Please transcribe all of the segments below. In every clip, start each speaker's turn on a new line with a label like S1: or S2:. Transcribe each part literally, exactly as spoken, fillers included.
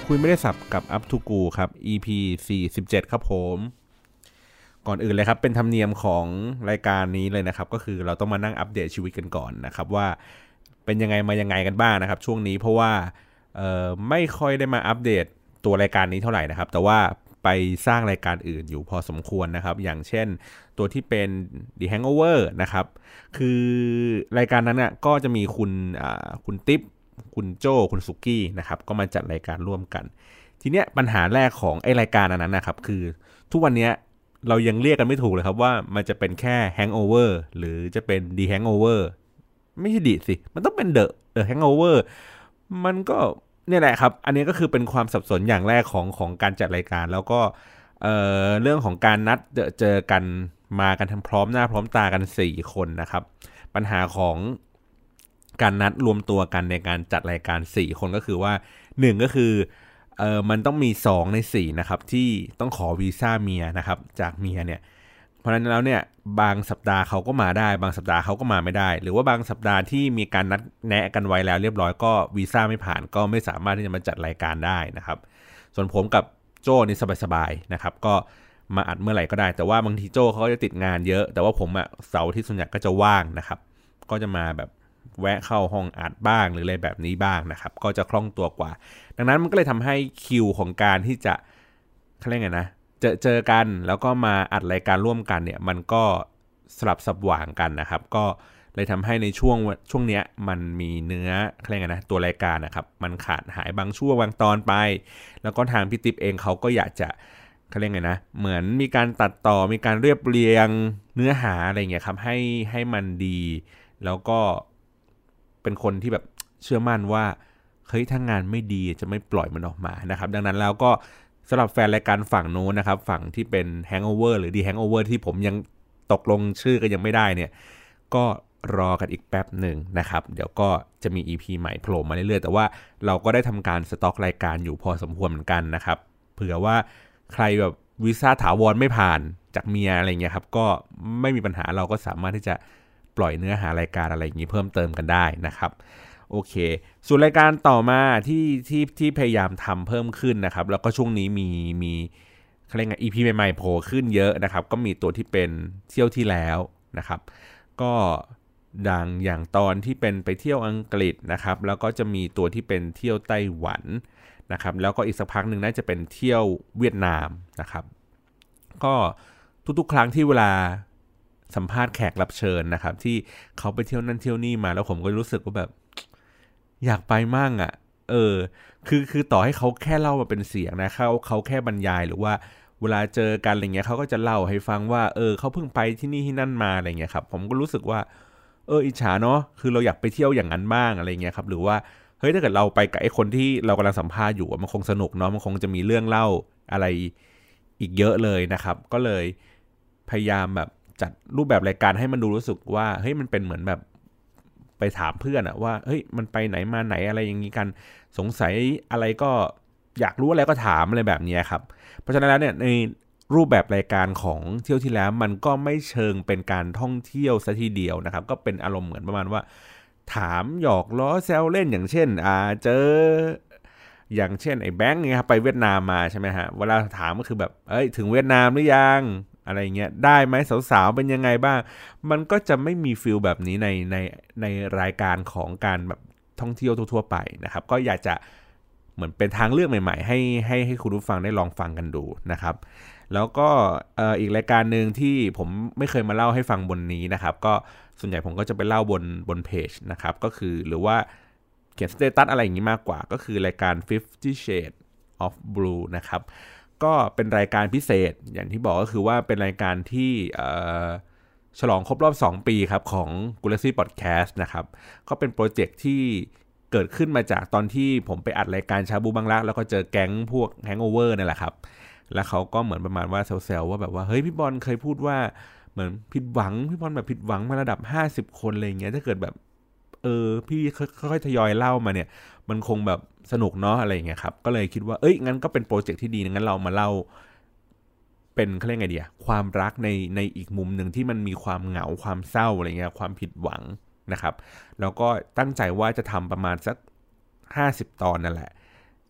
S1: คุยไม่ได้สับกับ Up to Go ครับ อี พี สี่สิบเจ็ดครับผมก่อนอื่นเลยครับเป็นธรรมเนียมของรายการนี้เลยนะครับก็คือเราต้องมานั่งอัปเดตชีวิตกันก่อนนะครับว่าเป็นยังไงมายังไงกันบ้างนะครับช่วงนี้เพราะว่าเอ่อไม่ค่อยได้มาอัปเดตตัวรายการนี้เท่าไหร่นะครับแต่ว่าไปสร้างรายการอื่นอยู่พอสมควรนะครับอย่างเช่นตัวที่เป็น The Hangover นะครับคือรายการนั้นน่ะก็จะมีคุณอ่าคุณติ๊บคุณโจ้คุณสุกี้นะครับก็มาจัดรายการร่วมกันทีเนี้ยปัญหาแรกของไอ้รายการอันนั้นนะครับคือทุกวันเนี้ยเรายังเรียกกันไม่ถูกเลยครับว่ามันจะเป็นแค่ Hangover หรือจะเป็น The Hangover ไม่ใช่ดิสิมันต้องเป็น The The Hangover มันก็เนี่ยแหละครับอันนี้ก็คือเป็นความสับสนอย่างแรกของของการจัดรายการแล้วก็เอ่อเรื่องของการนัดเจอเจอกันมากันทั้งพร้อมหน้าพร้อมตากันสี่คนนะครับปัญหาของการนัดรวมตัวกันในการจัดรายการสี่คนก็คือว่าหนึ่งก็คือเอ่อมันต้องมีสองในสี่นะครับที่ต้องขอวีซ่าเมียนะครับจากเมียเนี่ยเพราะฉะนั้นแล้วเนี่ยบางสัปดาห์เขาก็มาได้บางสัปดาห์เขาก็มาไม่ได้หรือว่าบางสัปดาห์ที่มีการนัดแนะกันไว้แล้วเรียบร้อยก็วีซ่าไม่ผ่านก็ไม่สามารถที่จะมาจัดรายการได้นะครับส่วนผมกับโจ้นี่สบายๆนะครับก็มาอัดเมื่อไหร่ก็ได้แต่ว่าบางทีโจ้เขาจะติดงานเยอะแต่ว่าผมอะเสาร์ที่ส่วนใหญ่ก็จะว่างนะครับก็จะมาแบบแวะเข้าห้องอัดบ้างหรืออะไรแบบนี้บ้างนะครับก็จะคล่องตัวกว่าดังนั้นมันก็เลยทำให้คิวของการที่จะเขาเรียกไงนะเจอเจอกันแล้วก็มาอัดรายการร่วมกันเนี่ยมันก็สลับสับหว่างกันนะครับก็เลยทำให้ในช่วงช่วงเนี้ยมันมีเนื้อเขาเรียกไงนะตัวรายการนะครับมันขาดหายบางช่วงบางตอนไปแล้วก็ทางพี่ติ๊บเองเขาก็อยากจะเขาเรียกไงนะเหมือนมีการตัดต่อมีการเรียบเรียงเนื้อหาอะไรเงี้ยครับให้ให้มันดีแล้วก็เป็นคนที่แบบเชื่อมั่นว่าเฮ้ยถ้างานไม่ดีจะไม่ปล่อยมันออกมานะครับดังนั้นแล้วก็สำหรับแฟนรายการฝั่งโน้นนะครับฝั่งที่เป็น Hangover หรือ The Hangover ที่ผมยังตกลงชื่อกันยังไม่ได้เนี่ยก็รอกันอีกแป๊บหนึ่งนะครับเดี๋ยวก็จะมี อี พี ใหม่โผล่มาเรื่อยๆแต่ว่าเราก็ได้ทำการสต็อกรายการอยู่พอสมควรเหมือนกันนะครับเผื่อว่าใครแบบวีซ่าถาวรไม่ผ่านจากเมียอะไรเงี้ยครับก็ไม่มีปัญหาเราก็สามารถที่จะปล่อยเนื้อหารายการอะไรอย่างนี้เพิ่มเติมกันได้นะครับโอเคส่วนรายการต่อมาที่ที่ที่พยายามทำเพิ่มขึ้นนะครับแล้วก็ช่วงนี้มีมีเขาเรียกไง อี พี ใหม่ๆโผล่ขึ้นเยอะนะครับก็มีตัวที่เป็นเที่ยวที่แล้วนะครับก็ดังอย่างตอนที่เป็นไปเที่ยวอังกฤษนะครับแล้วก็จะมีตัวที่เป็นเที่ยวไต้หวันนะครับแล้วก็อีกสักพักหนึ่งน่าจะเป็นเที่ยวเวียดนามนะครับก็ทุกๆครั้งที่เวลาสัมภาษณ์แขกรับเชิญนะครับที่เขาไปเที่ยวนั่นเที่ยวนี่มาแล้วผมก็รู้สึกว่าแบบอยากไปมั่งอ่ะเออคือคือต่อให้เขาแค่เล่ามาเป็นเสียงนะเขาเขาแค่บรรยายหรือว่าเวลาเจอกันอะไรเงี้ยเขาก็จะเล่าให้ฟังว่าเออเขาเพิ่งไปที่นี่ที่นั่นมาอะไรเงี้ยครับผมก็รู้สึกว่าเอออิจฉาเนาะคือเราอยากไปเที่ยวอย่างนั้นบ้างอะไรเงี้ยครับหรือว่าเฮ้ยถ้าเกิดเราไปกับไอ้คนที่เรากำลังสัมภาษณ์อยู่มันคงสนุกเนาะมันคงจะมีเรื่องเล่าอะไรอีกเยอะเลยนะครับก็เลยพยายามแบบจัดรูปแบบรายการให้มันดูรู้สึกว่าเฮ้ยมันเป็นเหมือนแบบไปถามเพื่อนอะว่าเฮ้ยมันไปไหนมาไหนอะไรอย่างนี้กันสงสัยอะไรก็อยากรู้อะไรก็ถามอะไรแบบนี้ครับเพราะฉะนั้นแล้วเนี่ยในรูปแบบรายการของเที่ยวที่แล้วมันก็ไม่เชิงเป็นการท่องเที่ยวซะทีเดียวนะครับก็เป็นอารมณ์เหมือนประมาณว่าถามหยอกล้อแซวเล่นอย่างเช่นอ่าเจออย่างเช่นไอ้แบงค์เนี่ยครับไปเวียดนามมาใช่ไหมฮะเวลาถามก็คือแบบเอ้ยถึงเวียดนามหรือยังอะไรเงี้ยได้ไหมสาวๆเป็นยังไงบ้างมันก็จะไม่มีฟีลแบบนี้ในในในรายการของการแบบท่องเที่ยวทั่วๆไปนะครับก็อยากจะเหมือนเป็นทางเลือกใหม่ๆให้ให้ให้คุณผู้ฟังได้ลองฟังกันดูนะครับแล้วก็เอ่ออีกรายการนึงที่ผมไม่เคยมาเล่าให้ฟังบนนี้นะครับก็ส่วนใหญ่ผมก็จะไปเล่าบนบนเพจนะครับก็คือหรือว่าเขียนสเตตัสอะไรอย่างนี้มากกว่าก็คือรายการ Fifty Shades of Blue นะครับก็เป็นรายการพิเศษอย่างที่บอกก็คือว่าเป็นรายการที่เอ่อฉลองครบรอบสองปีครับของ Galaxy Podcast นะครับก็เป็นโปรเจกต์ที่เกิดขึ้นมาจากตอนที่ผมไปอัดรายการชาบูบังรักแล้วก็เจอแก๊งพวก Hangover นั่นแหละครับแล้วเขาก็เหมือนประมาณว่าแซวๆว่าแบบว่าเฮ้ยพี่บอลเคยพูดว่าเหมือนผิดหวังพี่บอลแบบผิดหวังมาระดับห้าสิบคนอะไรอย่างเงี้ยถ้าเกิดแบบเออพี่ค่อยๆทยอยเล่ามาเนี่ยมันคงแบบสนุกเนาะอะไรอย่างเงี้ยครับก็เลยคิดว่าเอ้ยงั้นก็เป็นโปรเจกต์ที่ดีงั้นเรามาเล่าเป็นเขาเรียกไงดีอะความรักในในอีกมุมนึงที่มันมีความเหงาความเศร้าอะไรเงี้ยความผิดหวังนะครับแล้วก็ตั้งใจว่าจะทำประมาณสักห้าสิบตอนนั่นแหละ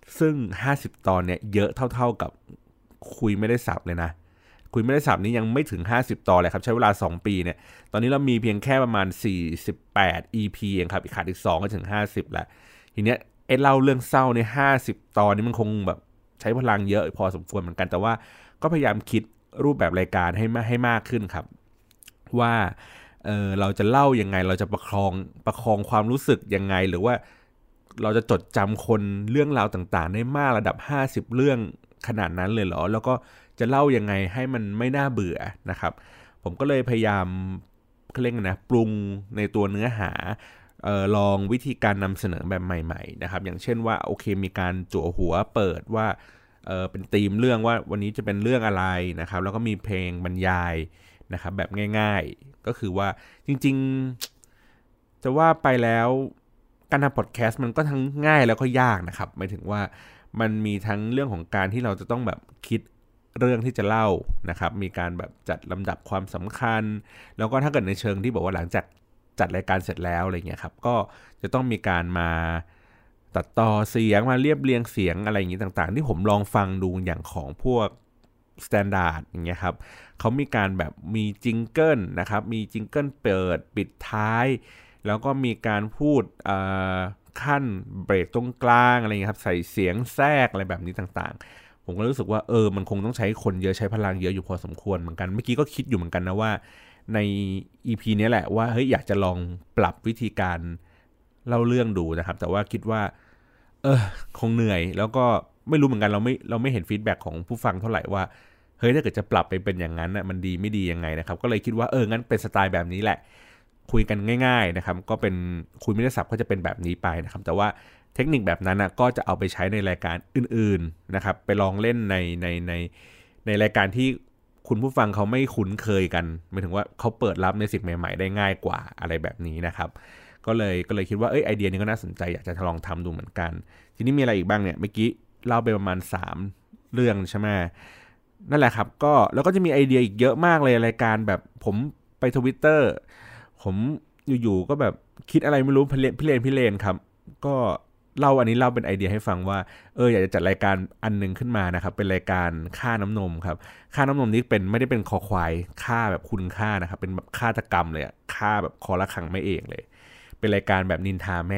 S1: ซึ่งห้าสิบตอนเนี่ยเยอะเท่าๆกับคุยไม่ได้สับเลยนะคุยไม่ได้สับนี้ยังไม่ถึงห้าสิบตอนเลยครับใช้เวลาสองปีเนี่ยตอนนี้เรามีเพียงแค่ประมาณสี่สิบแปด อี พี เองครับอีกขาดอีกสองก็ถึงห้าสิบแล้วทีเนี้ยไอ้เล่าเรื่องเศร้าในห้าสิบตอนนี้มันคงแบบใช้พลังเยอะพอสมควรเหมือนกันแต่ว่าก็พยายามคิดรูปแบบรายการให้ให้มากขึ้นครับว่าเออเราจะเล่ายังไงเราจะประคองประคองความรู้สึกยังไงหรือว่าเราจะจดจำคนเรื่องราวต่างๆได้มากระดับห้าสิบเรื่องขนาดนั้นเลยเหรอแล้วก็จะเล่ายังไงให้มันไม่น่าเบื่อนะครับผมก็เลยพยายามเรียกนะปรุงในตัวเนื้อหาเอ่อลองวิธีการนำเสนอแบบใหม่ๆนะครับอย่างเช่นว่าโอเคมีการจั่วหัวเปิดว่าเออเป็นธีมเรื่องว่าวันนี้จะเป็นเรื่องอะไรนะครับแล้วก็มีเพลงบรรยายนะครับแบบง่ายๆก็คือว่าจริงๆจะว่าไปแล้วการทำพอดแคสต์มันก็ทั้งง่ายแล้วก็ยากนะครับหมายถึงว่ามันมีทั้งเรื่องของการที่เราจะต้องแบบคิดเรื่องที่จะเล่านะครับมีการแบบจัดลำดับความสำคัญแล้วก็ถ้าเกิดในเชิงที่บอกว่าหลังจากจัดรายการเสร็จแล้วอะไรเงี้ยครับก็จะต้องมีการมาตัดต่อเสียงมาเรียบเรียงเสียงอะไรอย่างนี้ต่างๆที่ผมลองฟังดูอย่างของพวกสแตนดาร์ดอย่างเงี้ยครับเขามีการแบบมีจิงเกิลนะครับมีจิงเกิลเปิดปิดท้ายแล้วก็มีการพูดขั้นเบรกตรงกลางอะไรเงี้ยครับใส่เสียงแทรกอะไรแบบนี้ต่างๆผมก็รู้สึกว่าเออมันคงต้องใช้คนเยอะใช้พลังเยอะอยู่พอสมควรเหมือนกันเมื่อกี้ก็คิดอยู่เหมือนกันนะว่าใน อี พี นี้แหละว่าเฮ้ยอยากจะลองปรับวิธีการเล่าเรื่องดูนะครับแต่ว่าคิดว่าเออคงเหนื่อยแล้วก็ไม่รู้เหมือนกันเราไม่เราไม่เห็นฟีดแบ็กของผู้ฟังเท่าไหร่ว่าเฮ้ยถ้าเกิดจะปรับไปเป็นอย่างนั้นน่ะมันดีไม่ดียังไงนะครับก็เลยคิดว่าเอองั้นเป็นสไตล์แบบนี้แหละคุยกันง่ายๆนะครับก็เป็นคุยไม่ได้สับก็จะเป็นแบบนี้ไปนะครับแต่ว่าเทคนิคแบบนั้นนะก็จะเอาไปใช้ในรายการอื่นๆนะครับไปลองเล่นในในในในรายการที่คุณผู้ฟังเขาไม่คุ้นเคยกันหมายถึงว่าเขาเปิดรับในสิ่งใหม่ๆได้ง่ายกว่าอะไรแบบนี้นะครับก็เลยก็เลยคิดว่าเอ้ยไอเดียนี้ก็น่าสนใจอยากจะลองทำดูเหมือนกันทีนี้มีอะไรอีกบ้างเนี่ยเมื่อกี้เล่าไปประมาณสามเรื่องใช่ไหมนั่นแหละครับก็แล้วก็จะมีไอเดียอีกเยอะมากเลยรายการแบบผมไป Twitter ผมอยู่ๆก็แบบคิดอะไรไม่รู้พี่เลนพี่เลนพี่เลนครับก็เล่าอันนี้เล่าเป็นไอเดียให้ฟังว่าเอออยากจะจัดรายการอันนึงขึ้นมานะครับเป็นรายการค่าน้ำนมครับค่าน้ำนมนี้เป็นไม่ได้เป็นคอควายค่าแบบคุณค่านะครับเป็นแบบฆาตกรรมเลยอะค่าแบบคอละขังไม่เองเลยเป็นรายการแบบนินทาแม่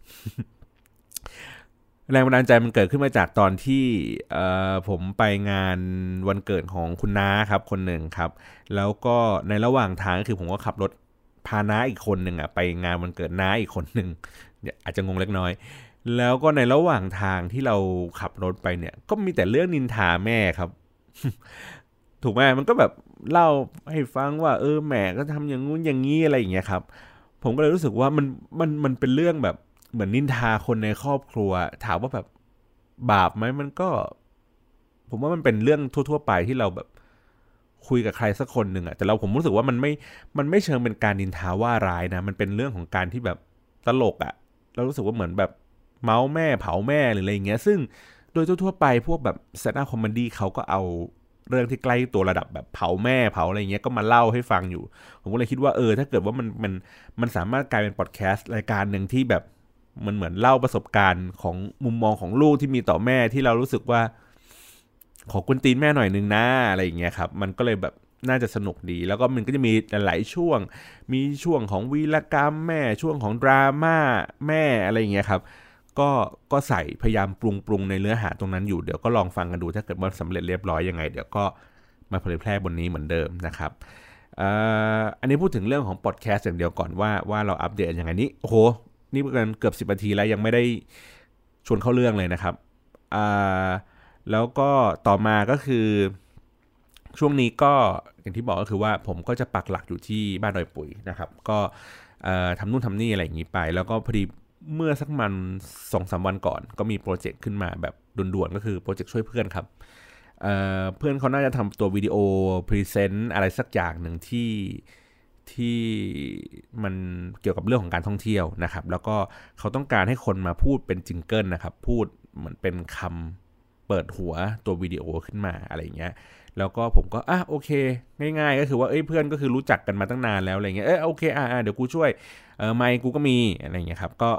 S1: แรงบันดาลใจมันเกิดขึ้นมาจากตอนที่ผมไปงานวันเกิดของคุณน้าครับคนหนึ่งครับแล้วก็ในระหว่างทางคือผมก็ขับรถพาน้าอีกคนหนึ่งอ่ะไปงานวันเกิดน้าอีกคนหนึ่งเนี่ยอาจจะงงเล็กน้อยแล้วก็ในระหว่างทางที่เราขับรถไปเนี่ยก็มีแต่เรื่องนินทาแม่ครับ ถูกไหมมันก็แบบเล่าให้ฟังว่าเออแม่ก็ทำอย่างงู้นอย่างงี้อะไรอย่างเงี้ยครับผมก็เลยรู้สึกว่ามันมันมันเป็นเรื่องแบบเหมือนนินทาคนในครอบครัวถามว่าแบบบาปไหมมันก็ผมว่ามันเป็นเรื่องทั่วๆไปที่เราแบบคุยกับใครสักคนหนึ่งอะแต่เราผมรู้สึกว่ามันไม่มันไม่เชิงเป็นการนินทาว่าร้ายนะมันเป็นเรื่องของการที่แบบตลกอะเรารู้สึกว่าเหมือนแบบเมาแม่เผาแม่หรืออะไรอย่างเงี้ยซึ่งโดยทั่วๆไปพวกแบบสแตนด์อัพคอมเมดี้เขาก็เอาเรื่องที่ใกล้ตัวระดับแบบเผาแม่เผาอะไรเงี้ยก็มาเล่าให้ฟังอยู่ผมก็เลยคิดว่าเออถ้าเกิดว่ามันมันมันสามารถกลายเป็นพอดแคสต์รายการหนึ่งที่แบบมันเหมือนเล่าประสบการณ์ของมุมมองของลูกที่มีต่อแม่ที่เรารู้สึกว่าขอกุนตีนแม่หน่อยนึงนะอะไรอย่างเงี้ยครับมันก็เลยแบบน่าจะสนุกดีแล้วก็มันก็จะมีหลายช่วงมีช่วงของวีรกรรมแม่ช่วงของดราม่าแม่อะไรอย่างเงี้ยครับก็ก็ใส่พยายามปรุงปรุงในเนื้อหาตรงนั้นอยู่เดี๋ยวก็ลองฟังกันดูถ้าเกิดว่าสำเร็จเรียบร้อยยังไงเดี๋ยวก็มาเผยแพร่บนนี้เหมือนเดิมนะครับอันนี้พูดถึงเรื่องของพอดแคสต์อย่างเดียวก่อนว่าว่าเราอัปเดตยังไงนี้โอ้โหนี่เป็นเกือบสิบนาทีแล้วยังไม่ได้ชวนเข้าเรื่องเลยนะครับแล้วก็ต่อมาก็คือช่วงนี้ก็อย่างที่บอกก็คือว่าผมก็จะปักหลักอยู่ที่บ้านดอยปุ๋ยนะครับก็ทำนู่นทำนี่อะไรอย่างนี้ไปแล้วก็พอดีเมื่อสักมันสองสามวันก่อนก็มีโปรเจกต์ขึ้นมาแบบด่วนๆก็คือโปรเจกต์ช่วยเพื่อนครับ เ, เพื่อนเขาน่าจะทำตัววิดีโอพรีเซนต์อะไรสักอย่างหนึ่งที่ที่มันเกี่ยวกับเรื่องของการท่องเที่ยวนะครับแล้วก็เขาต้องการให้คนมาพูดเป็นจิงเกิลนะครับพูดเหมือนเป็นคำเปิดหัวตัววิดีโอขึ้นมาอะไรเงี้ยแล้วก็ผมก็อ่ะโอเคง่ายๆก็คือว่าเอ้ยเพื่อนก็คือรู้จักกันมาตั้งนานแล้วอะไรเงี้ยเออโอเคอ่ะเดี๋ยวกูช่วยเออไมค์กูก็มีอะไรเงี้ยครับก็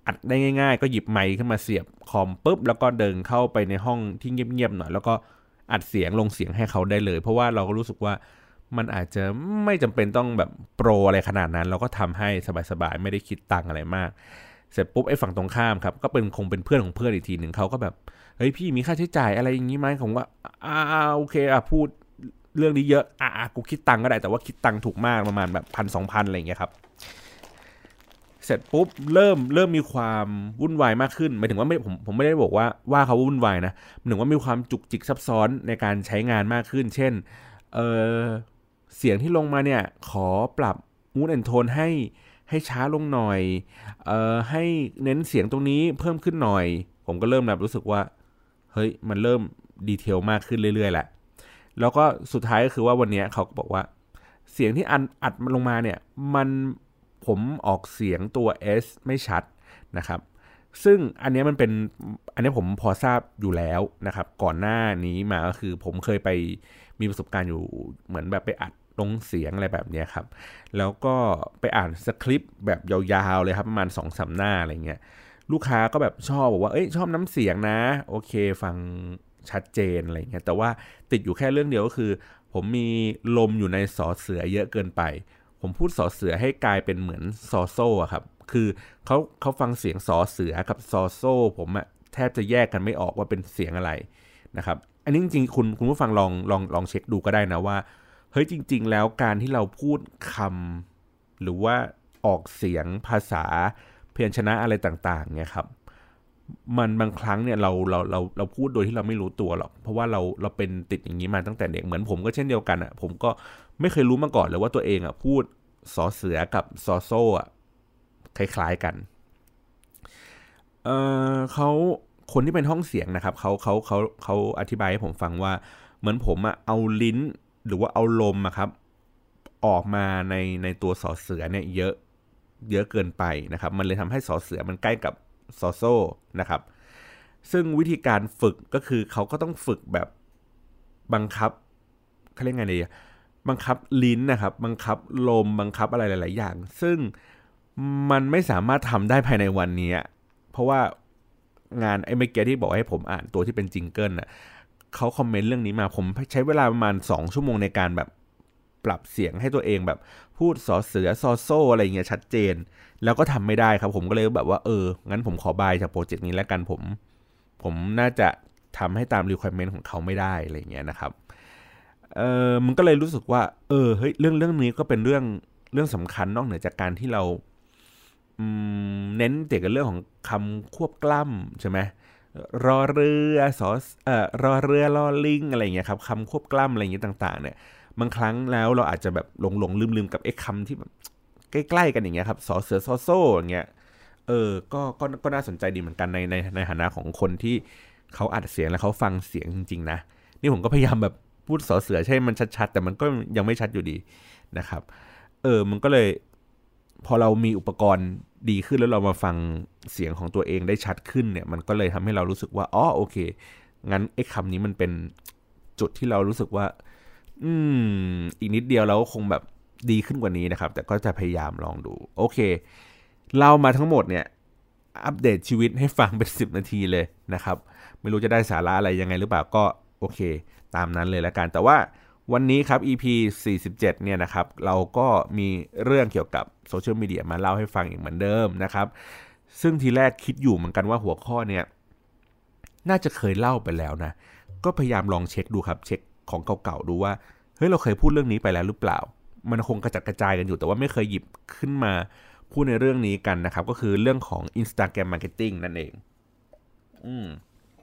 S1: อัดได้ง่ายๆก็หยิบไมค์ขึ้นมาเสียบคอมปุ๊บแล้วก็เดินเข้าไปในห้องที่เงียบๆหน่อยแล้วก็อัดเสียงลงเสียงให้เขาได้เลยเพราะว่าเราก็รู้สึกว่ามันอาจจะไม่จำเป็นต้องแบบโปรอะไรขนาดนั้นเราก็ทำให้สบายๆไม่ได้คิดตังค์อะไรมากเสร็จปุ๊บไอ้ฝั่งตรงข้ามครับก็เป็นคงเป็นเพื่อนของเพื่อนอีกทีหนึ่งเขาก็แบบเฮ้ยพี่มีค่าใช้จ่ายอะไรอย่างนี้ไหมผมว่าอ่าโอเคอ่ะพูดเรื่องนี้เยอะอ่ะกูคิดตังค์ก็ได้แต่ว่าคิดตังค์ถูกมากประมาณแบบพันสองพันอะไรอย่างเงี้ยครับเสร็จปุ๊บเริ่มเริ่มมีความวุ่นวายมากขึ้นหมายถึงว่าไม่ผมผมไม่ได้บอกว่าว่าเขาวุ่นวายนะหมายถึงว่ามีความจุกจิกซับซ้อนในการใช้งานมากขึ้นเช่นเออเสียงที่ลงมาเนี่ยขอปรับมูดแอนโทนให้ให้ช้าลงหน่อยเอ่อให้เน้นเสียงตรงนี้เพิ่มขึ้นหน่อยผมก็เริ่มแบบรู้สึกว่าเฮ้ยมันเริ่มดีเทลมากขึ้นเรื่อยๆแหละแล้วก็สุดท้ายก็คือว่าวันนี้เขาก็บอกว่าเสียงที่อัดอัดลงมาเนี่ยมันผมออกเสียงตัว S ไม่ชัดนะครับซึ่งอันนี้มันเป็นอันนี้ผมพอทราบอยู่แล้วนะครับก่อนหน้านี้มาก็คือผมเคยไปมีประสบการณ์อยู่เหมือนแบบไปอัดลงเสียงอะไรแบบนี้ครับแล้วก็ไปอ่านสคริปต์แบบยาวๆเลยครับประมาณ สองถึงสาม หน้าอะไรเงี้ยลูกค้าก็แบบชอบบอกว่าเอ้ยชอบน้ำเสียงนะโอเคฟังชัดเจนอะไรเงี้ยแต่ว่าติดอยู่แค่เรื่องเดียวก็คือผมมีลมอยู่ในสอเสือเยอะเกินไปผมพูดสอเสือให้กลายเป็นเหมือนซอโซ่อะครับคือเขาเขาฟังเสียงสอเสือกับซอโซ่ผมอะแทบจะแยกกันไม่ออกว่าเป็นเสียงอะไรนะครับอันนี้จริงๆคุณคุณผู้ฟังลองลองลองเช็คดูก็ได้นะว่าเฮ้ยจริงๆแล้วการที่เราพูดคำหรือว่าออกเสียงภาษาพยัญชนะอะไรต่างๆเนี่ยครับมันบางครั้งเนี่ยเราเราเราเราพูดโดยที่เราไม่รู้ตัวหรอกเพราะว่าเราเราเป็นติดอย่างนี้มาตั้งแต่เด็กเหมือนผมก็เช่นเดียวกันอ่ะผมก็ไม่เคยรู้มาก่อนเลยว่าตัวเองอ่ะพูดสอเสือกับซอโซ่อ่ะคล้ายๆกันเออเขาคนที่เป็นห้องเสียงนะครับเขาเขาเขาเขาอธิบายให้ผมฟังว่าเหมือนผมอ่ะเอาลิ้นหรือว่าเอาลมอะครับออกมาในในตัวสอเสือเนี่ยเยอะเยอะเกินไปนะครับมันเลยทำให้สอเสือมันใกล้กับซอโซ่นะครับซึ่งวิธีการฝึกก็คือเขาก็ต้องฝึกแบบบังคับเขาเรียกไงดีบังคับลิ้นนะครับบังคับลมบังคับอะไรหลายๆอย่างซึ่งมันไม่สามารถทำได้ภายในวันนี้เพราะว่างานไอ้เมื่อกี้ที่บอกให้ผมอ่านตัวที่เป็นจิงเกิลน่ะเขาคอมเมนต์เรื่องนี้มาผมใช้เวลาประมาณสองชั่วโมงในการแบบปรับเสียงให้ตัวเองแบบพูดสอเสือซอโซ่อะไรเงี้ยชัดเจนแล้วก็ทำไม่ได้ครับผมก็เลยแบบว่าเอองั้นผมขอบายจากโปรเจกต์นี้แล้วกันผมผมน่าจะทำให้ตาม requirement ของเขาไม่ได้อะไรเงี้ยนะครับเออมันก็เลยรู้สึกว่าเออเฮ้ยเรื่องเรื่องนี้ก็เป็นเรื่องเรื่องสำคัญนอกเหนือจากการที่เราเน้นเกี่ยวกับเรื่องของคำควบกล้ำใช่ไหมรอเรือสอเอ่อรอเรือรอลิงอะไรเงี้ยครับคำควบกล้ำอะไรเงี้ยต่างๆเนี่ยบางครั้งแล้วเราอาจจะแบบหลงหลงลืมลืมกับไอ้คำที่แบบใกล้ๆกันอย่างเงี้ยครับสอเสือซอโซ่อย่างเงี้ยเออก็ก็ก็น่าสนใจดีเหมือนกันในในในฐานะของคนที่เขาอัดเสียงแล้วเขาฟังเสียงจริงๆนะนี่ผมก็พยายามแบบพูดสอเสือใช่มันชัดๆแต่มันก็ยังไม่ชัดอยู่ดีนะครับเออมันก็เลยพอเรามีอุปกรณ์ดีขึ้นแล้วเรามาฟังเสียงของตัวเองได้ชัดขึ้นเนี่ยมันก็เลยทำให้เรารู้สึกว่าอ๋อโอเคงั้นไอ้คำนี้มันเป็นจุดที่เรารู้สึกว่าอืมอีกนิดเดียวเราก็คงแบบดีขึ้นกว่านี้นะครับแต่ก็จะพยายามลองดูโอเคเล่ามาทั้งหมดเนี่ยอัปเดตชีวิตให้ฟังเป็นสิบนาทีเลยนะครับไม่รู้จะได้สาระอะไรยังไงหรือเปล่าก็โอเคตามนั้นเลยละกันแต่ว่าวันนี้ครับ อี พี สี่สิบเจ็ดเนี่ยนะครับเราก็มีเรื่องเกี่ยวกับโซเชียลมีเดียมาเล่าให้ฟังอีกเหมือนเดิมนะครับซึ่งทีแรกคิดอยู่เหมือนกันว่าหัวข้อเนี่ยน่าจะเคยเล่าไปแล้วนะก็พยายามลองเช็คดูครับเช็คของเก่าๆดูว่าเฮ้ยเราเคยพูดเรื่องนี้ไปแล้วหรือเปล่ามันคงกระจัดกระจายกันอยู่แต่ว่าไม่เคยหยิบขึ้นมาพูดในเรื่องนี้กันนะครับก็คือเรื่องของ Instagram Marketing นั่นเองอืม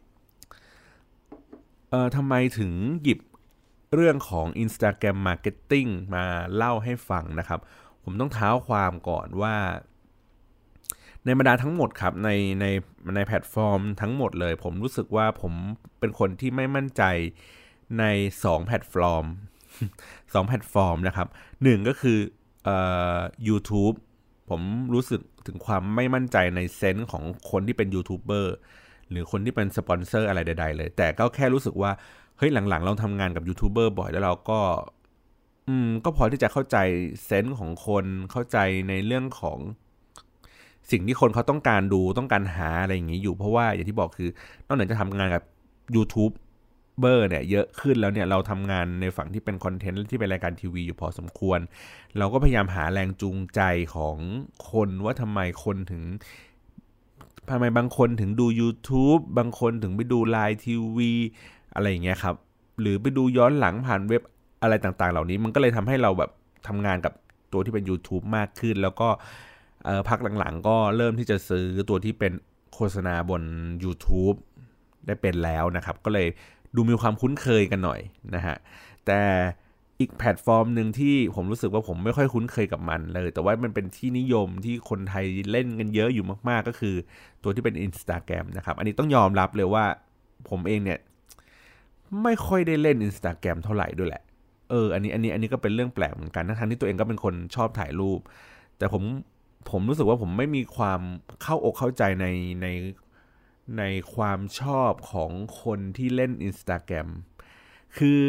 S1: เอ่อทำไมถึงหยิบเรื่องของ Instagram Marketing มาเล่าให้ฟังนะครับผมต้องเท้าความก่อนว่าในบรรดาทั้งหมดครับในในในแพลตฟอร์มทั้งหมดเลยผมรู้สึกว่าผมเป็นคนที่ไม่มั่นใจในสองแพลตฟอร์มสองแพลตฟอร์มนะครับหนึ่งก็คือเอ่อ YouTube ผมรู้สึกถึงความไม่มั่นใจในเซนส์ของคนที่เป็นยูทูบเบอร์หรือคนที่เป็นสปอนเซอร์อะไรใดๆเลยแต่ก็แค่รู้สึกว่าเฮ้ยหลังๆเราทำงานกับยูทูบเบอร์บ่อยแล้วเราก็อืมก็พอที่จะเข้าใจเซนส์ของคนเข้าใจในเรื่องของสิ่งที่คนเขาต้องการดูต้องการหาอะไรอย่างนี้อยู่เพราะว่าอย่างที่บอกคือนอกจากจะทำงานกับ YouTube เบอร์เนี่ยเยอะขึ้นแล้วเนี่ยเราทำงานในฝั่งที่เป็นคอนเทนต์ที่เป็นรายการทีวีอยู่พอสมควรเราก็พยายามหาแรงจูงใจของคนว่าทำไมคนถึงทำไมบางคนถึงดู YouTube บางคนถึงไปดูไลน์ทีวีอะไรอย่างเงี้ยครับหรือไปดูย้อนหลังผ่านเว็บอะไรต่างๆเหล่านี้มันก็เลยทำให้เราแบบทำงานกับตัวที่เป็น YouTube มากขึ้นแล้วก็พักหลังๆก็เริ่มที่จะซื้อตัวที่เป็นโฆษณาบน YouTube ได้เป็นแล้วนะครับก็เลยดูมีความคุ้นเคยกันหน่อยนะฮะแต่อีกแพลตฟอร์มหนึ่งที่ผมรู้สึกว่าผมไม่ค่อยคุ้นเคยกับมันเลยแต่ว่ามันเป็นที่นิยมที่คนไทยเล่นกันเยอะอยู่มากๆก็คือตัวที่เป็น Instagram นะครับอันนี้ต้องยอมรับเลยว่าผมเองเนี่ยไม่ค่อยได้เล่น Instagram เท่าไหร่ด้วยแหละเอออันนี้อันนี้อันนี้ก็เป็นเรื่องแปลกเหมือนกันทั้งที่ตัวเองก็เป็นคนชอบถ่ายรูปแต่ผมผมรู้สึกว่าผมไม่มีความเข้าอกเข้าใจในในในความชอบของคนที่เล่น Instagram คือ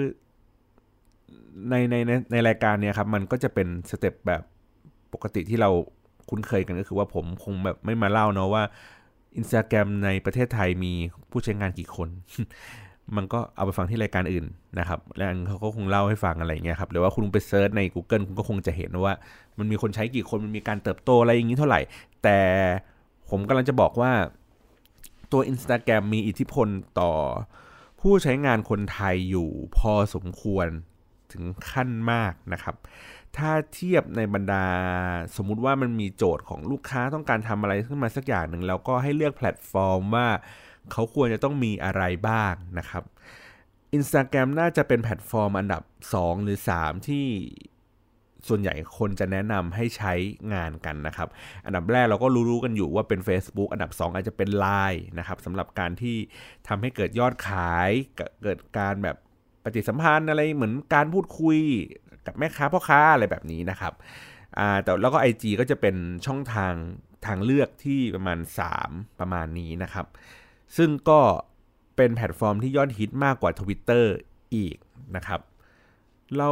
S1: ในในในในรายการเนี้ยครับมันก็จะเป็นสเต็ปแบบปกติที่เราคุ้นเคยกันก็คือว่าผมคงแบบไม่มาเล่าเนาะว่า Instagram ในประเทศไทยมีผู้ใช้งานกี่คน มันก็เอาไปฟังที่รายการอื่นนะครับแล้วเขาก็คงเล่าให้ฟังอะไรอย่างเงี้ยครับหรือว่าคุณไปเซิร์ชใน Google คุณก็คงจะเห็นว่ามันมีคนใช้กี่คนมันมีการเติบโตอะไรอย่างนี้เท่าไหร่แต่ผมกำลังจะบอกว่าตัว Instagram มีอิทธิพลต่อผู้ใช้งานคนไทยอยู่พอสมควรถึงขั้นมากนะครับถ้าเทียบในบรรดาสมมุติว่ามันมีโจทย์ของลูกค้าต้องการทำอะไรขึ้นมาสักอย่างหนึ่งแล้วก็ให้เลือกแพลตฟอร์มว่าเขาควรจะต้องมีอะไรบ้างนะครับ Instagram น่าจะเป็นแพลตฟอร์มอันดับสองหรือสามที่ส่วนใหญ่คนจะแนะนำให้ใช้งานกันนะครับอันดับแรกเราก็รู้ๆกันอยู่ว่าเป็น Facebook อันดับสองอาจจะเป็น ไลน์ นะครับสำหรับการที่ทำให้เกิดยอดขายเกิดการแบบปฏิสัมพันธ์อะไรเหมือนการพูดคุยกับแม่ค้าพ่อค้าอะไรแบบนี้นะครับอ่าแต่แล้วก็ ไอ จี ก็จะเป็นช่องทางทางเลือกที่ประมาณสามประมาณนี้นะครับซึ่งก็เป็นแพลตฟอร์มที่ยอดฮิตมากกว่า Twitter อีกนะครับเรา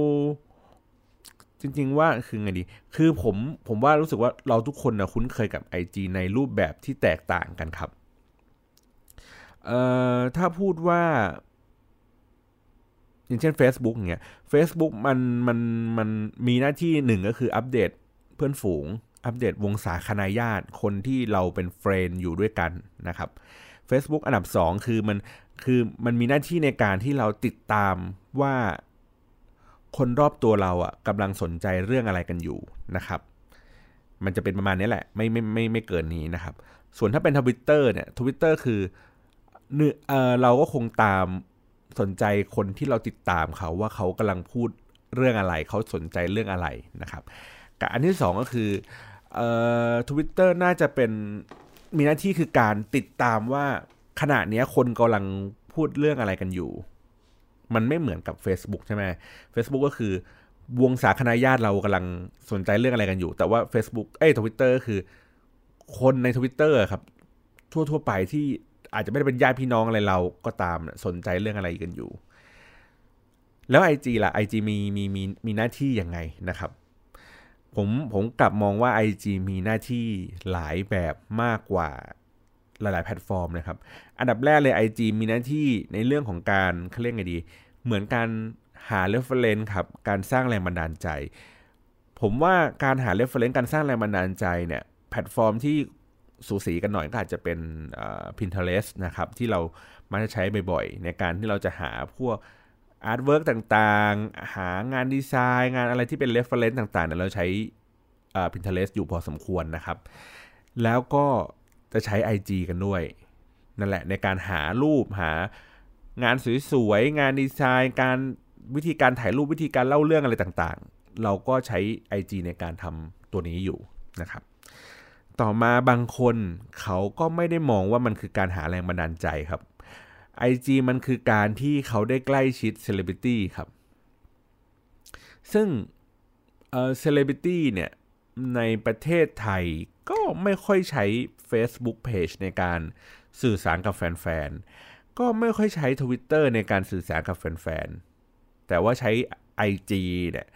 S1: จริงๆว่าคือไงดีคือผมผมว่ารู้สึกว่าเราทุกคนนะคุ้นเคยกับ ไอ จี ในรูปแบบที่แตกต่างกันครับเอ่อถ้าพูดว่าอย่างเช่น Facebook อย่างเงี้ย Facebook มันมันมันมีหน้าที่หนึ่งก็คืออัปเดตเพื่อนฝูงอัปเดตวงศาคณาญาติคนที่เราเป็นเฟรนด์อยู่ด้วยกันนะครับ Facebook อันดับสองคือมันคือมันมีหน้าที่ในการที่เราติดตามว่าคนรอบตัวเราอ่ะกำลังสนใจเรื่องอะไรกันอยู่นะครับมันจะเป็นประมาณนี้แหละไม่ไม่ไม่ไม่เกินนี้นะครับส่วนถ้าเป็น Twitter เนี่ย Twitter คือเอ่อเราก็คงตามสนใจคนที่เราติดตามเขาว่าเขากำลังพูดเรื่องอะไรเขาสนใจเรื่องอะไรนะครับกับอันที่สองก็คือเอ่อ Twitter น่าจะเป็นมีหน้าที่คือการติดตามว่าขณะนี้คนกำลังพูดเรื่องอะไรกันอยู่มันไม่เหมือนกับ Facebook ใช่ไหม Facebook ก็คือวงศาคณาญาติเรากำลังสนใจเรื่องอะไรกันอยู่แต่ว่า Facebook เอ้ย Twitter ก็คือคนใน Twitter ครับทั่วๆไปที่อาจจะไม่ได้เป็นญาติพี่น้องอะไรเราก็ตามสนใจเรื่องอะไรกันอยู่แล้ว ไอ จี ล่ะ ไอ จี มีมีมีมีหน้าที่ยังไงนะครับผมผมกลับมองว่า ไอ จี มีหน้าที่หลายแบบมากกว่าหลายๆแพลตฟอร์มนะครับอันดับแรกเลย ไอ จี มีหน้าที่ในเรื่องของการเขาเรียกไงดีเหมือนการหา reference ครับการสร้างแรงบันดาลใจผมว่าการหา reference การสร้างแรงบันดาลใจเนี่ยแพลตฟอร์มที่สูสีกันหน่อยก็อาจจะเป็น Pinterest นะครับที่เรามักจะใช้บ่อยๆในการที่เราจะหาพวกอาร์ตเวิร์กต่างๆหางานดีไซน์งานอะไรที่เป็น reference ต่างๆเนี่ยเราใช้ Pinterest อยู่พอสมควรนะครับแล้วก็จะใช้ ไอ จี กันด้วยนั่นแหละในการหารูปหางานสวยๆงานดีไซน์การวิธีการถ่ายรูปวิธีการเล่าเรื่องอะไรต่างๆเราก็ใช้ ไอ จี ในการทำตัวนี้อยู่นะครับต่อมาบางคนเขาก็ไม่ได้มองว่ามันคือการหาแรงบันดาลใจครับ ไอ จี มันคือการที่เขาได้ใกล้ชิดเซเลบริตี้ครับซึ่งเอ่อเซเลบริตี้เนี่ยในประเทศไทยก็ไม่ค่อยใช้ Facebook Page ในการสื่อสารกับแฟนๆก็ไม่ค่อยใช้ Twitter ในการสื่อสารกับแฟนๆแต่ว่าใช้ ไอ จี เนี่ย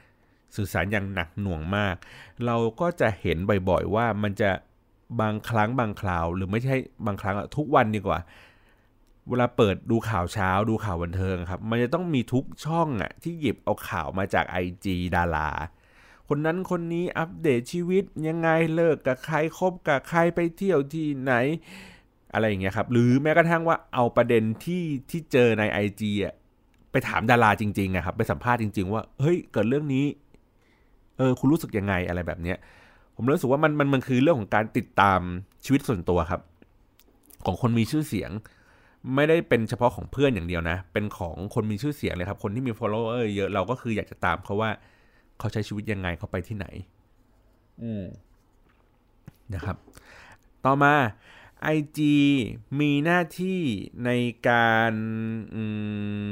S1: สื่อสารอย่างหนักหน่วงมากเราก็จะเห็นบ่อยๆว่ามันจะบางครั้งบางคราวหรือไม่ใช่บางครั้งทุกวันดีกว่าเวลาเปิดดูข่าวเช้าดูข่าวบันเทิงครับมันจะต้องมีทุกช่องอ่ะที่หยิบเอาข่าวมาจาก ไอ จี ดาราคนนั้นคนนี้อัปเดตชีวิตยังไงเลิกกับใครคบกับใครไปเที่ยวที่ไหนอะไรอย่างเงี้ยครับหรือแม้กระทั่งว่าเอาประเด็นที่ที่เจอใน ไอ จี อ่ะไปถามดาราจริงๆอะครับไปสัมภาษณ์จริงๆว่าเฮ้ยเกิดเรื่องนี้เออคุณรู้สึกยังไงอะไรแบบเนี้ยผมรู้สึกว่ามันมันมันคือเรื่องของการติดตามชีวิตส่วนตัวครับของคนมีชื่อเสียงไม่ได้เป็นเฉพาะของเพื่อนอย่างเดียวนะเป็นของคนมีชื่อเสียงเลยครับคนที่มี follower เยอะเราก็คืออยากจะตามเขาว่าเขาใช้ชีวิตยังไงเขาไปที่ไหนอืมนะครับต่อมา ไอ จี มีหน้าที่ในการอืม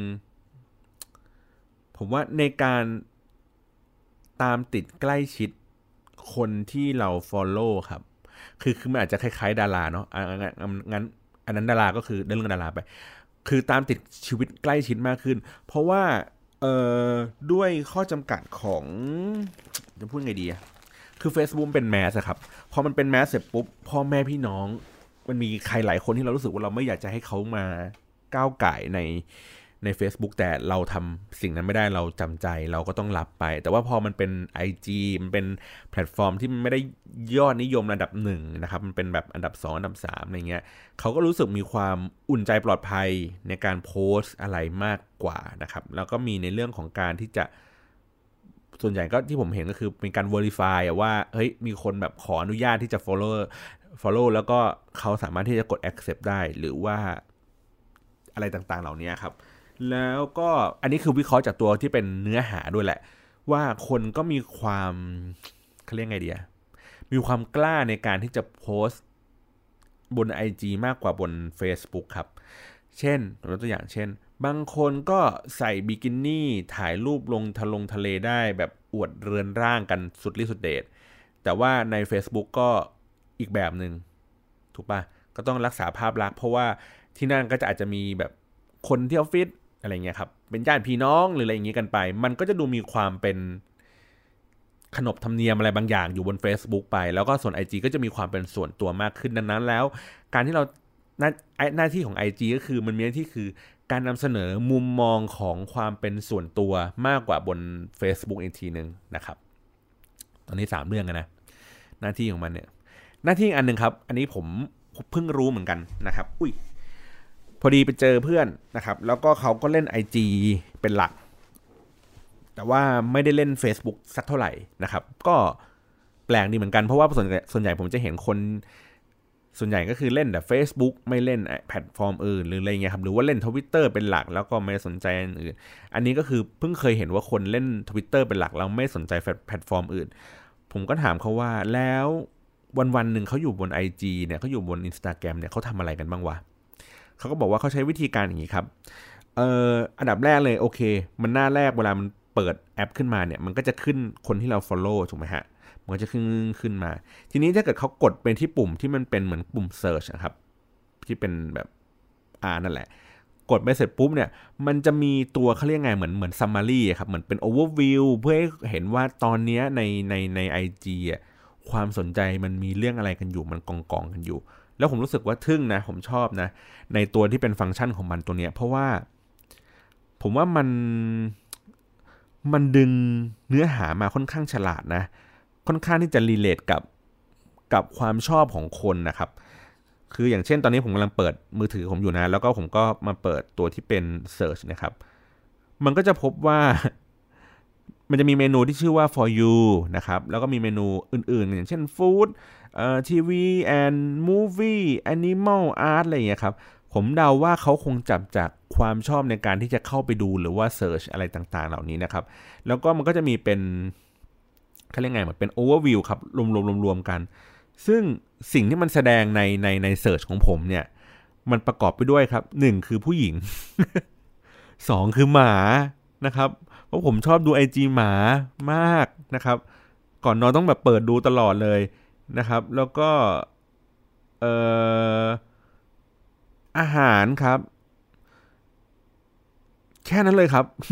S1: ผมว่าในการตามติดใกล้ชิดคนที่เรา follow ครับคือคือมันอาจจะคล้ายๆดาราเนาะงั้นอันนั้นดาราก็คือเรื่องดาราไปคือตามติดชีวิตใกล้ชิดมากขึ้นเพราะว่าเอ่อด้วยข้อจำกัดของจะพูดไงดีอะคือ Facebook เป็นแมสครับพอมันเป็นแมสเสร็จปุ๊บพ่อแม่พี่น้องมันมีใครหลายคนที่เรารู้สึกว่าเราไม่อยากจะให้เขามาก้าวไก่ในใน Facebook แต่เราทำสิ่งนั้นไม่ได้เราจำใจเราก็ต้องรับไปแต่ว่าพอมันเป็น ไอ จี มันเป็นแพลตฟอร์มที่มันไม่ได้ยอดนิยมระดับหนึ่งนะครับมันเป็นแบบอันดับสองอันดับสามอะไรเงี้ยเขาก็รู้สึกมีความอุ่นใจปลอดภัยในการโพสต์อะไรมากกว่านะครับแล้วก็มีในเรื่องของการที่จะส่วนใหญ่ก็ที่ผมเห็นก็คือเป็นการ verify ว่าเฮ้ยมีคนแบบขออนุญาตที่จะ follow follow แล้วก็เขาสามารถที่จะกด accept ได้หรือว่าอะไรต่างๆเหล่านี้ครับแล้วก็อันนี้คือวิเคราะห์จากตัวที่เป็นเนื้อหาด้วยแหละว่าคนก็มีความเขาเรียกไงดีอะมีความกล้าในการที่จะโพสต์บน ไอ จี มากกว่าบน Facebook ครับเช่นตัวอย่างเช่นบางคนก็ใส่บิกินี่ถ่ายรูปลงทะลงทะเลได้แบบอวดเรือนร่างกันสุดฤทธิ์สุดเดชแต่ว่าใน Facebook ก็อีกแบบนึงถูกป่ะก็ต้องรักษาภาพลักษณ์เพราะว่าที่นั่นก็จะอาจจะมีแบบคนที่ออฟฟิศอะไรเงี้ยครับเป็นญาติพี่น้องหรืออะไรอย่างงี้กันไปมันก็จะดูมีความเป็นขนบธรรมเนียมอะไรบางอย่างอยู่บน Facebook ไปแล้วก็ส่วน ไอ จี ก็จะมีความเป็นส่วนตัวมากขึ้นดังนั้นแล้วการที่เราหน้าหน้าที่ของ ไอ จี ก็คือมันมีหน้าที่คือการนำเสนอมุมมองของความเป็นส่วนตัวมากกว่าบน Facebook อีกทีนึงนะครับตอนนี้สามเรื่องนะหน้าที่ของมันเนี่ยหน้าที่อันนึงครับอันนี้ผมเพิ่งรู้เหมือนกันนะครับอุ้ยพอดีไปเจอเพื่อนนะครับแล้วก็เขาก็เล่น ไอ จี เป็นหลักแต่ว่าไม่ได้เล่น Facebook สักเท่าไหร่นะครับก็แปลกดีเหมือนกันเพราะว่าส่วนส่วนใหญ่ผมจะเห็นคนส่วนใหญ่ก็คือเล่นแต่ Facebook ไม่เล่นแพลตฟอร์มอื่นหรืออะไรเงี้ยครับหรือว่าเล่น Twitter เป็นหลักแล้วก็ไม่สนใจอันอื่นอันนี้ก็คือเพิ่งเคยเห็นว่าคนเล่น Twitter เป็นหลักแล้วไม่สนใจแพลตฟอร์มอื่นผมก็ถามเขาว่าแล้ววันๆนึงเขาอยู่บน ไอ จี เนี่ยเขาอยู่บน Instagram เนี่ยเขาทำอะไรกันบ้างวะเขาก็บอกว่าเขาใช้วิธีการอย่างนี้ครับเอ่ออันดับแรกเลยโอเคมันหน้าแรกเวลามันเปิดแอปขึ้นมาเนี่ยมันก็จะขึ้นคนที่เรา follow ถูกไหมฮะมันก็จะขึ้นขึ้นมาทีนี้ถ้าเกิดเขากดไปที่ปุ่มที่มันเป็นเหมือนปุ่ม search นะครับที่เป็นแบบอ่านั่นแหละกดไปเสร็จปุ๊บเนี่ยมันจะมีตัวเขาเรียกไงเหมือนเหมือน summary ครับเหมือนเป็น overview เพื่อให้เห็นว่าตอนนี้ในในใน ไอ จี อ่ะความสนใจมันมีเรื่องอะไรกันอยู่มันกองกองกันอยู่แล้วผมรู้สึกว่าทึ่งนะผมชอบนะในตัวที่เป็นฟังก์ชันของมันตัวเนี้ยเพราะว่าผมว่ามันมันดึงเนื้อหามาค่อนข้างฉลาดนะค่อนข้างที่จะรีเลทกับกับความชอบของคนนะครับคืออย่างเช่นตอนนี้ผมกำลังเปิดมือถือผมอยู่นะแล้วก็ผมก็มาเปิดตัวที่เป็น Search นะครับมันก็จะพบว่ามันจะมีเมนูที่ชื่อว่า for you นะครับแล้วก็มีเมนูอื่นๆอย่างเช่น food เอ่อ ที วี and movie animal art อะไรอย่างเงี้ยครับผมเดาว่าเขาคงจับจากความชอบในการที่จะเข้าไปดูหรือว่า search อะไรต่างๆเหล่านี้นะครับแล้วก็มันก็จะมีเป็นเขาเรียกไงเหมือนเป็น overview ครับรวมๆๆกันซึ่งสิ่งที่มันแสดงในในใน search ของผมเนี่ยมันประกอบไปด้วยครับหนึ่งคือผู้หญิง สองคือหมานะครับเพราะผมชอบดู ไอ จี หมามากนะครับก่อนนอนต้องแบบเปิดดูตลอดเลยนะครับแล้วก็เอ่ออาหารครับแค่นั้นเลยครับ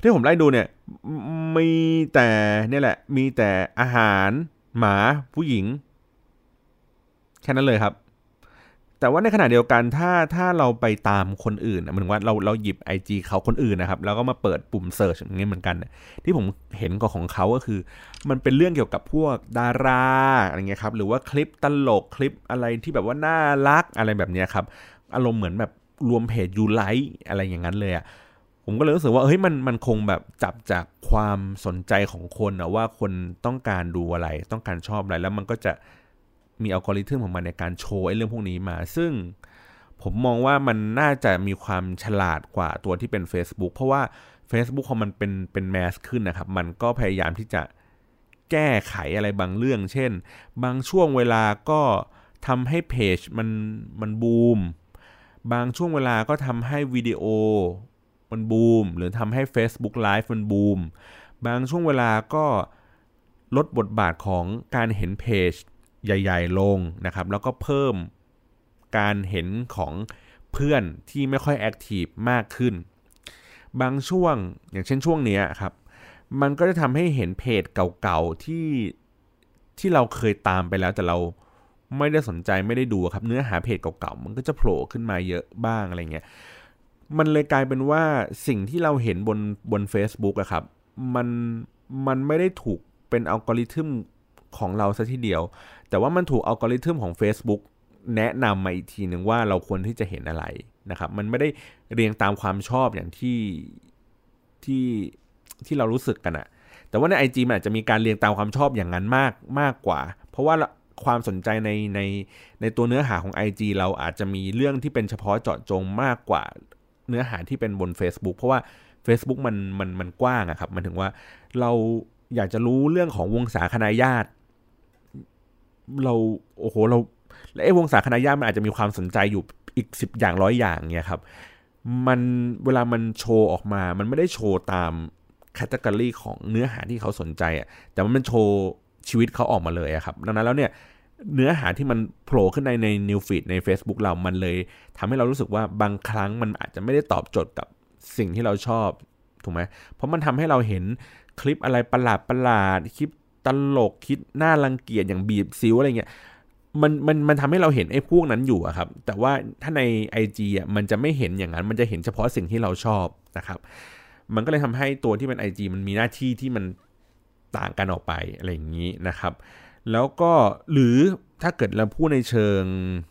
S1: ที่ผมไล่ดูเนี่ยมีแต่เนี่ยแหละมีแต่อาหารหมาผู้หญิงแค่นั้นเลยครับแต่ว่าในขณะเดียวกันถ้าถ้าเราไปตามคนอื่นหมายถึงว่าเราเราหยิบ ไอ จี เขาคนอื่นนะครับแล้วก็มาเปิดปุ่มเสิร์ชอย่างเงี้ยเหมือนกันที่ผมเห็นของเขาก็คือมันเป็นเรื่องเกี่ยวกับพวกดาราอะไรเงี้ยครับหรือว่าคลิปตลกคลิปอะไรที่แบบว่าน่ารักอะไรแบบเนี้ยครับอารมณ์เหมือนแบบรวมเพจยูไลค์อะไรอย่างนั้นเลยอ่ะผมก็เลยรู้สึกว่าเฮ้ยมันมันคงแบบจับจากความสนใจของคนนะว่าคนต้องการดูอะไรต้องการชอบอะไรแล้วมันก็จะมีอัลกอริทึมของมันในการโชว์ไอ้เรื่องพวกนี้มาซึ่งผมมองว่ามันน่าจะมีความฉลาดกว่าตัวที่เป็น Facebook เพราะว่า Facebook พอมันเป็นเป็นแมสขึ้นนะครับมันก็พยายามที่จะแก้ไขอะไรบางเรื่องเช่นบางช่วงเวลาก็ทำให้เพจมันมันบูมบางช่วงเวลาก็ทำให้วิดีโอมันบูมหรือทำให้ Facebook Live มันบูมบางช่วงเวลาก็ลดบทบาทของการเห็นเพจใหญ่ๆลงนะครับแล้วก็เพิ่มการเห็นของเพื่อนที่ไม่ค่อยแอคทีฟมากขึ้นบางช่วงอย่างเช่นช่วงนี้ครับมันก็จะทำให้เห็นเพจเก่าๆที่ที่เราเคยตามไปแล้วแต่เราไม่ได้สนใจไม่ได้ดูครับเนื้อหาเพจเก่าๆมันก็จะโผล่ขึ้นมาเยอะบ้างอะไรเงี้ยมันเลยกลายเป็นว่าสิ่งที่เราเห็นบนบน Facebook อะครับมันมันไม่ได้ถูกเป็นอัลกอริทึมของเราซะทีเดียวแต่ว่ามันถูกอัลกอริทึมของ Facebook แนะนำมาอีกทีนึงว่าเราควรที่จะเห็นอะไรนะครับมันไม่ได้เรียงตามความชอบอย่างที่ที่ที่เรารู้สึกกันอะแต่ว่าใน ไอ จี มันอาจจะมีการเรียงตามความชอบอย่างนั้นมากมากกว่าเพราะว่าความสนใจในในในตัวเนื้อหาของ ไอ จี เราอาจจะมีเรื่องที่เป็นเฉพาะเจาะจงมากกว่าเนื้อหาที่เป็นบน Facebook เพราะว่า Facebook มันมันมันกว้างอะครับมันถึงว่าเราอยากจะรู้เรื่องของวงศาคณาญาติเราโอ้โหเราและไอ้วงศาคณาญาติมันอาจจะมีความสนใจอยู่อีกสิบอย่างร้อยอย่างเนี่ยครับมันเวลามันโชว์ออกมามันไม่ได้โชว์ตามแคตตากรีของเนื้อหาที่เขาสนใจอ่ะแต่มันโชว์ชีวิตเขาออกมาเลยครับดังนั้นแล้วเนี่ยเนื้อหาที่มันโผล่ขึ้นในใน New Feed ใน Facebook เรามันเลยทำให้เรารู้สึกว่าบางครั้งมันอาจจะไม่ได้ตอบโจทย์กับสิ่งที่เราชอบถูกไหมเพราะมันทำให้เราเห็นคลิปอะไรประหลาดประหลาดคลิปตลกคิดน่ารังเกียจอย่างบีบซิ้วอะไรเงี้ยมันมันมันทำให้เราเห็นไอ้พวกนั้นอยู่อะครับแต่ว่าถ้าใน ไอ จี อ่ะมันจะไม่เห็นอย่างนั้นมันจะเห็นเฉพาะสิ่งที่เราชอบนะครับมันก็เลยทำให้ตัวที่เป็น ไอ จี มันมีหน้าที่ที่มันต่างกันออกไปอะไรอย่างนี้นะครับแล้วก็หรือถ้าเกิดเราพูดในเชิง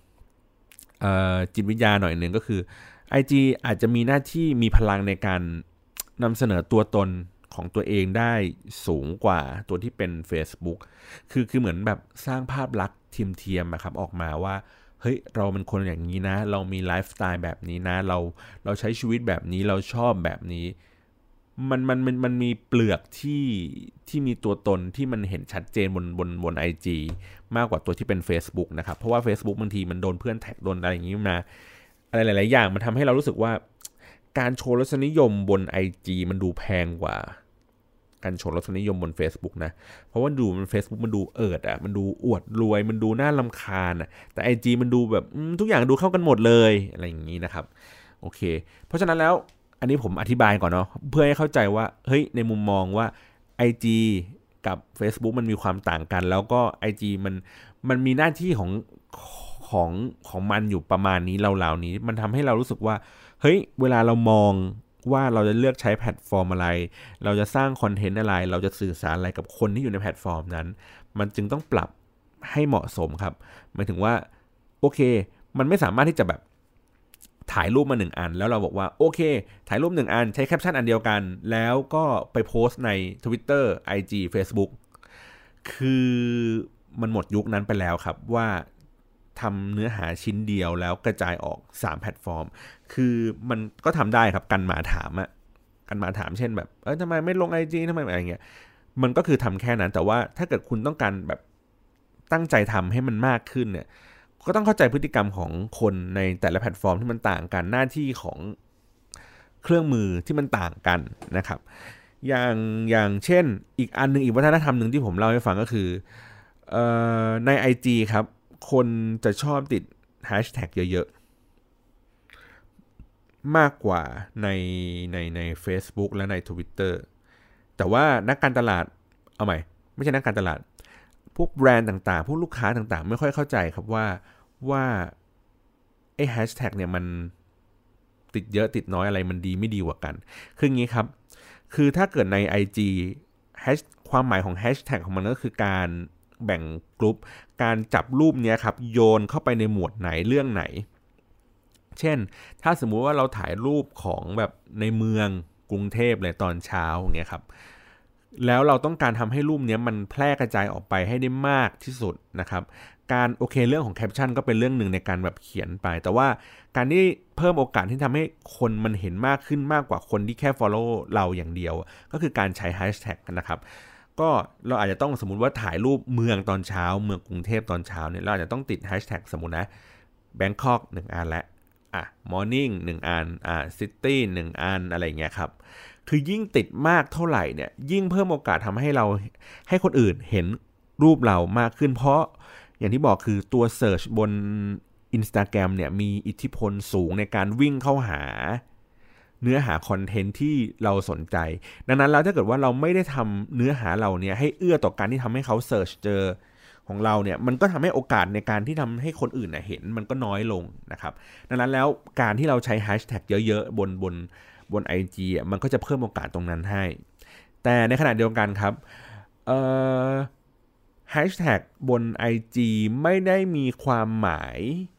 S1: จิตวิทยาหน่อยหนึ่งก็คือ ไอ จี อาจจะมีหน้าที่มีพลังในการนำเสนอตัวตนของตัวเองได้สูงกว่าตัวที่เป็น Facebook คือคือเหมือนแบบสร้างภาพลักษณ์ทีมเทียมนะครับออกมาว่าเฮ้ยเราเป็นคนอย่างนี้นะเรามีไลฟ์สไตล์แบบนี้นะเราเราใช้ชีวิตแบบนี้เราชอบแบบนี้มันมันมันมันมีเปลือกที่ที่มีตัวตนที่มันเห็นชัดเจนบนบนบน ไอ จี มากกว่าตัวที่เป็น Facebook นะครับเพราะว่า Facebook บางทีมันโดนเพื่อนแท็กโดนอะไรอย่างนี้มาอะไรหลายๆอย่างมันทำให้เรารู้สึกว่าการโชว์รสนิยมบน ไอ จี มันดูแพงกว่าการโชว์รสนิยมบน Facebook นะเพราะว่าดูบน Facebook มันดูเอิดอ่ะมันดูอวดรวยมันดูน่ารำคาญอ่ะแต่ ไอ จี มันดูแบบทุกอย่างดูเข้ากันหมดเลยอะไรอย่างนี้นะครับโอเคเพราะฉะนั้นแล้วอันนี้ผมอธิบายก่อนเนาะเพื่อให้เข้าใจว่าเฮ้ยในมุมมองว่า ไอ จี กับ Facebook มันมีความต่างกันแล้วก็ ไอ จี มันมันมีหน้าที่ของของของมันอยู่ประมาณนี้ราวๆนี้มันทำให้เรารู้สึกว่าเฮ้ยเวลาเรามองว่าเราจะเลือกใช้แพลตฟอร์มอะไรเราจะสร้างคอนเทนต์อะไรเราจะสื่อสารอะไรกับคนที่อยู่ในแพลตฟอร์มนั้นมันจึงต้องปรับให้เหมาะสมครับหมายถึงว่าโอเคมันไม่สามารถที่จะแบบถ่ายรูปมาหนึ่งอันแล้วเราบอกว่าโอเคถ่ายรูปหนึ่งอันใช้แคปชั่นอันเดียวกันแล้วก็ไปโพสต์ใน Twitter ไอ จี Facebook คือมันหมดยุคนั้นไปแล้วครับว่าทำเนื้อหาชิ้นเดียวแล้วกระจายออกสามแพลตฟอร์มคือมันก็ทำได้ครับกันหมาถามอะกันหมาถามเช่นแบบเออทำไมไม่ลง ไอ จี ทำไมอะไรเงี้ยมันก็คือทำแค่นั้นแต่ว่าถ้าเกิดคุณต้องการแบบตั้งใจทำให้มันมากขึ้นเนี่ยก็ต้องเข้าใจพฤติกรรมของคนในแต่ละแพลตฟอร์มที่มันต่างกันหน้าที่ของเครื่องมือที่มันต่างกันนะครับอย่างอย่างเช่นอีกอันนึงอีกวัฒนธรรมนึงที่ผมเล่าให้ฟังก็คือเอ่อใน ไอ จี ครับคนจะชอบติดแฮชแท็กเยอะมากกว่าในในใน Facebook และใน Twitter แต่ว่านักการตลาดเอาใหม่ไม่ใช่นักการตลาดพวกแบรนด์ต่างๆพวกลูกค้าต่างๆไม่ค่อยเข้าใจครับว่าว่าไอ้แฮชแท็กเนี่ยมันติดเยอะติดน้อยอะไรมันดีไม่ดีกว่ากันคืออย่างนี้ครับคือถ้าเกิดใน ไอ จี แฮชความหมายของแฮชแท็กของมันก็คือการแบ่งกลุ่มการจับรูปเนี้ยครับโยนเข้าไปในหมวดไหนเรื่องไหนเช่นถ้าสมมุติว่าเราถ่ายรูปของแบบในเมืองกรุงเทพเลยตอนเช้าอย่างเงี้ยครับแล้วเราต้องการทำให้รูปนี้มันแพร่กระจายออกไปให้ได้มากที่สุดนะครับการโอเคเรื่องของแคปชั่นก็เป็นเรื่องหนึ่งในการแบบเขียนไปแต่ว่าการที่เพิ่มโอกาสที่ทำให้คนมันเห็นมากขึ้นมากกว่าคนที่แค่ follow เราอย่างเดียวก็คือการใช้แฮชแท็กนะครับก็เราอาจจะต้องสมมุติว่าถ่ายรูปเมืองตอนเช้าเมืองกรุงเทพตอนเช้าเนี่ยเราอาจจะต้องติดแฮชแท็กสมมุตินะแบงคอกหนึ่งอันและอ่ะ morning หนึ่งอันอ่ะ city หนึ่งอันอะไรเงี้ยครับคือยิ่งติดมากเท่าไหร่เนี่ยยิ่งเพิ่มโอกาสทำให้เราให้คนอื่นเห็นรูปเรามากขึ้นเพราะอย่างที่บอกคือตัว Search บน Instagram เนี่ยมีอิทธิพลสูงในการวิ่งเข้าหาเนื้อหาคอนเทนต์ที่เราสนใจดังนั้นแล้วถ้าเกิดว่าเราไม่ได้ทำเนื้อหาเราเนี่ยให้เอื้อต่อการที่ทำให้เขา Search เจอของเราเนี่ยมันก็ทำให้โอกาสในการที่ทำให้คนอื่นเห็นมันก็น้อยลงนะครับดังนั้นแล้วการที่เราใช้แฮชแท็กเยอะๆบนบนบน ไอ จี อ่ะมันก็จะเพิ่มโอกาสตรงนั้นให้แต่ในขณะเดียวกันครับเอ่อแฮชแท็กบน ไอ จี ไม่ได้มีความหมาย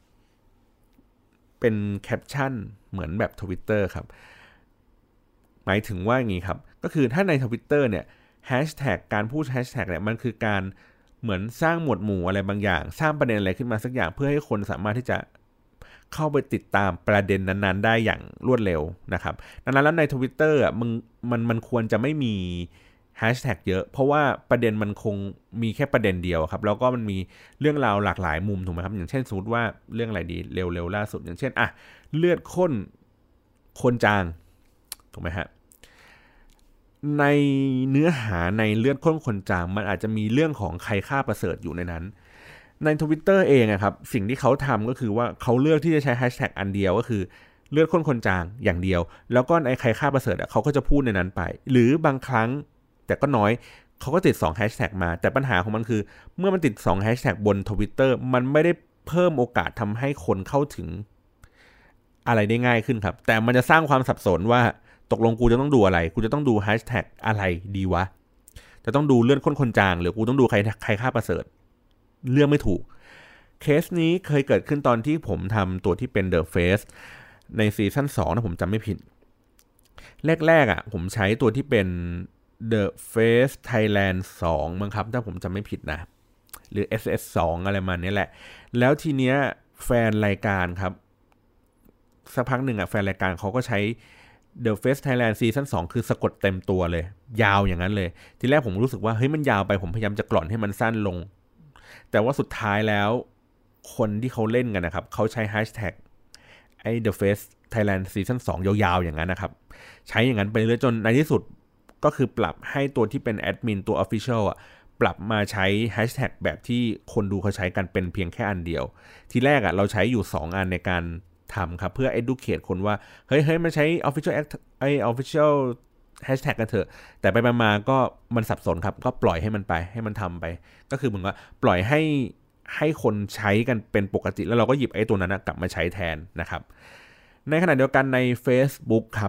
S1: เป็นแคปชั่นเหมือนแบบ Twitter ครับหมายถึงว่าอย่างนี้ครับก็คือถ้าใน Twitter เนี่ยแฮชแท็กการพูดแฮชแท็กเนี่ยมันคือการเหมือนสร้างหมวดหมู่อะไรบางอย่างสร้างประเด็นอะไรขึ้นมาสักอย่างเพื่อให้คนสามารถที่จะเข้าไปติดตามประเด็นนั้นๆได้อย่างรวดเร็วนะครับดังนั้นแล้วใน Twitter อ่ะมันมันมันควรจะไม่มีแฮชแท็กเยอะเพราะว่าประเด็นมันคงมีแค่ประเด็นเดียวครับแล้วก็มันมีเรื่องราวหลากหลายมุมถูกไหมครับอย่างเช่นสมมติว่าเรื่องอะไรดีเร็วๆล่าสุดอย่างเช่นอ่ะเลือดข้นคนจางถูกไหมฮะในเนื้อหาในเลือดข้นคนจางมันอาจจะมีเรื่องของใครฆ่าประเสริฐอยู่ในนั้นใน Twitter เองอะครับสิ่งที่เขาทำก็คือว่าเขาเลือกที่จะใช้แฮชแท็กอันเดียวก็คือเลือดข้นคนจางอย่างเดียวแล้วก็ในใครฆ่าประเสริฐอะเขาก็จะพูดในนั้นไปหรือบางครั้งแต่ก็น้อยเขาก็ติดสองแฮชแท็กมาแต่ปัญหาของมันคือเมื่อมันติดสองแฮชแท็กบน Twitter มันไม่ได้เพิ่มโอกาสทำให้คนเข้าถึงอะไรได้ง่ายขึ้นครับแต่มันจะสร้างความสับสนว่าตกลงกูจะต้องดูอะไรกูจะต้องดูแฮชแท็กอะไรดีวะจะต้องดูเลือดข้นคนจางหรือกูต้องดูใครใครฆ่าประเสริฐเลือกไม่ถูกเคสนี้เคยเกิดขึ้นตอนที่ผมทำตัวที่เป็น The Face ในซีซั่นสองนะผมจำไม่ผิดแรกๆอ่ะผมใช้ตัวที่เป็น The Face Thailand สองมั้งครับถ้าผมจำไม่ผิดนะหรือ เอส เอส สองอะไรมาเนี้ยแหละแล้วทีเนี้ยแฟนรายการครับสักพักหนึ่งอ่ะแฟนรายการเขาก็ใช้ The Face Thailand ซีซั่นสองคือสะกดเต็มตัวเลยยาวอย่างนั้นเลยทีแรกผมรู้สึกว่าเฮ้ยมันยาวไปผมพยายามจะกล่อนให้มันสั้นลงแต่ว่าสุดท้ายแล้วคนที่เขาเล่นกันนะครับเขาใช้แฮชแท็กไอ้ The Face Thailand ซีซั่นสองยาวๆอย่างนั้นนะครับใช้อย่างนั้นไปเรื่อยจนในที่สุดก็คือปรับให้ตัวที่เป็นแอดมินตัว Official อ่ะปรับมาใช้แฮชแท็กแบบที่คนดูเขาใช้กันเป็นเพียงแค่อันเดียวทีแรกอ่ะเราใช้อยู่สองอันในการทำครับเพื่อ educate คนว่าเฮ้ยเฮ้ยมันใช้ official act ไอ้ official hashtag กันเถอะแต่ไปมาก็มันสับสนครับก็ปล่อยให้มันไปให้มันทำไปก็คือเหมือนว่าปล่อยให้ให้คนใช้กันเป็นปกติแล้วเราก็หยิบไอ้ตัวนั้นกลับมาใช้แทนนะครับในขณะเดียวกันใน Facebook ครับ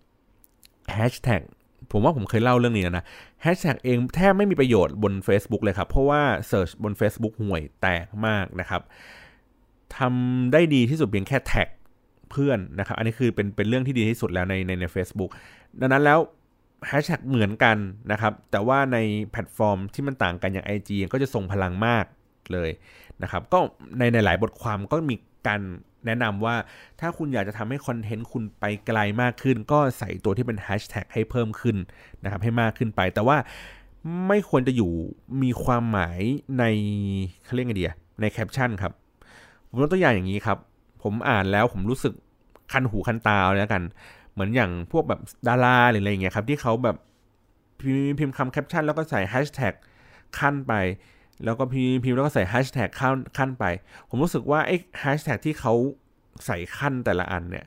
S1: hashtag ผมว่าผมเคยเล่าเรื่องนี้นะแฮชแท็กเองแทบไม่มีประโยชน์บน Facebook เลยครับเพราะว่า Search บน Facebook ห่วยแตกมากนะครับทำได้ดีที่สุดเพียงแค่แท็กเพื่อนนะครับอันนี้คือเป็นเป็นเรื่องที่ดีที่สุดแล้วในในใน Facebook ดังนั้นแล้วแฮชแท็กเหมือนกันนะครับแต่ว่าในแพลตฟอร์มที่มันต่างกันอย่าง ไอ จี ก็จะทรงพลังมากเลยนะครับก็ในในหลายบทความก็มีการแนะนำว่าถ้าคุณอยากจะทำให้คอนเทนต์คุณไปไกลมากขึ้นก็ใส่ตัวที่เป็นแฮชแท็กให้เพิ่มขึ้นนะครับให้มากขึ้นไปแต่ว่าไม่ควรจะอยู่มีความหมายในเขาเรียกไงดีในแคปชั่นครับผมยกตัวอย่างอย่างนี้ครับผมอ่านแล้วผมรู้สึกคันหูคันตาแล้วกันเหมือนอย่างพวกแบบดาราหรืออะไรอย่างเงี้ยครับที่เขาแบบพิมพ์คำแคปชั่นแล้วก็ใส่แฮชแท็กขั้นไปแล้วก็พิมพ์พิมพ์แล้วก็ใส่แฮชแท็กขั้นขั้นไปผมรู้สึกว่าไอ้แฮชแท็กที่เขาใส่ขั้นแต่ละอันเนี่ย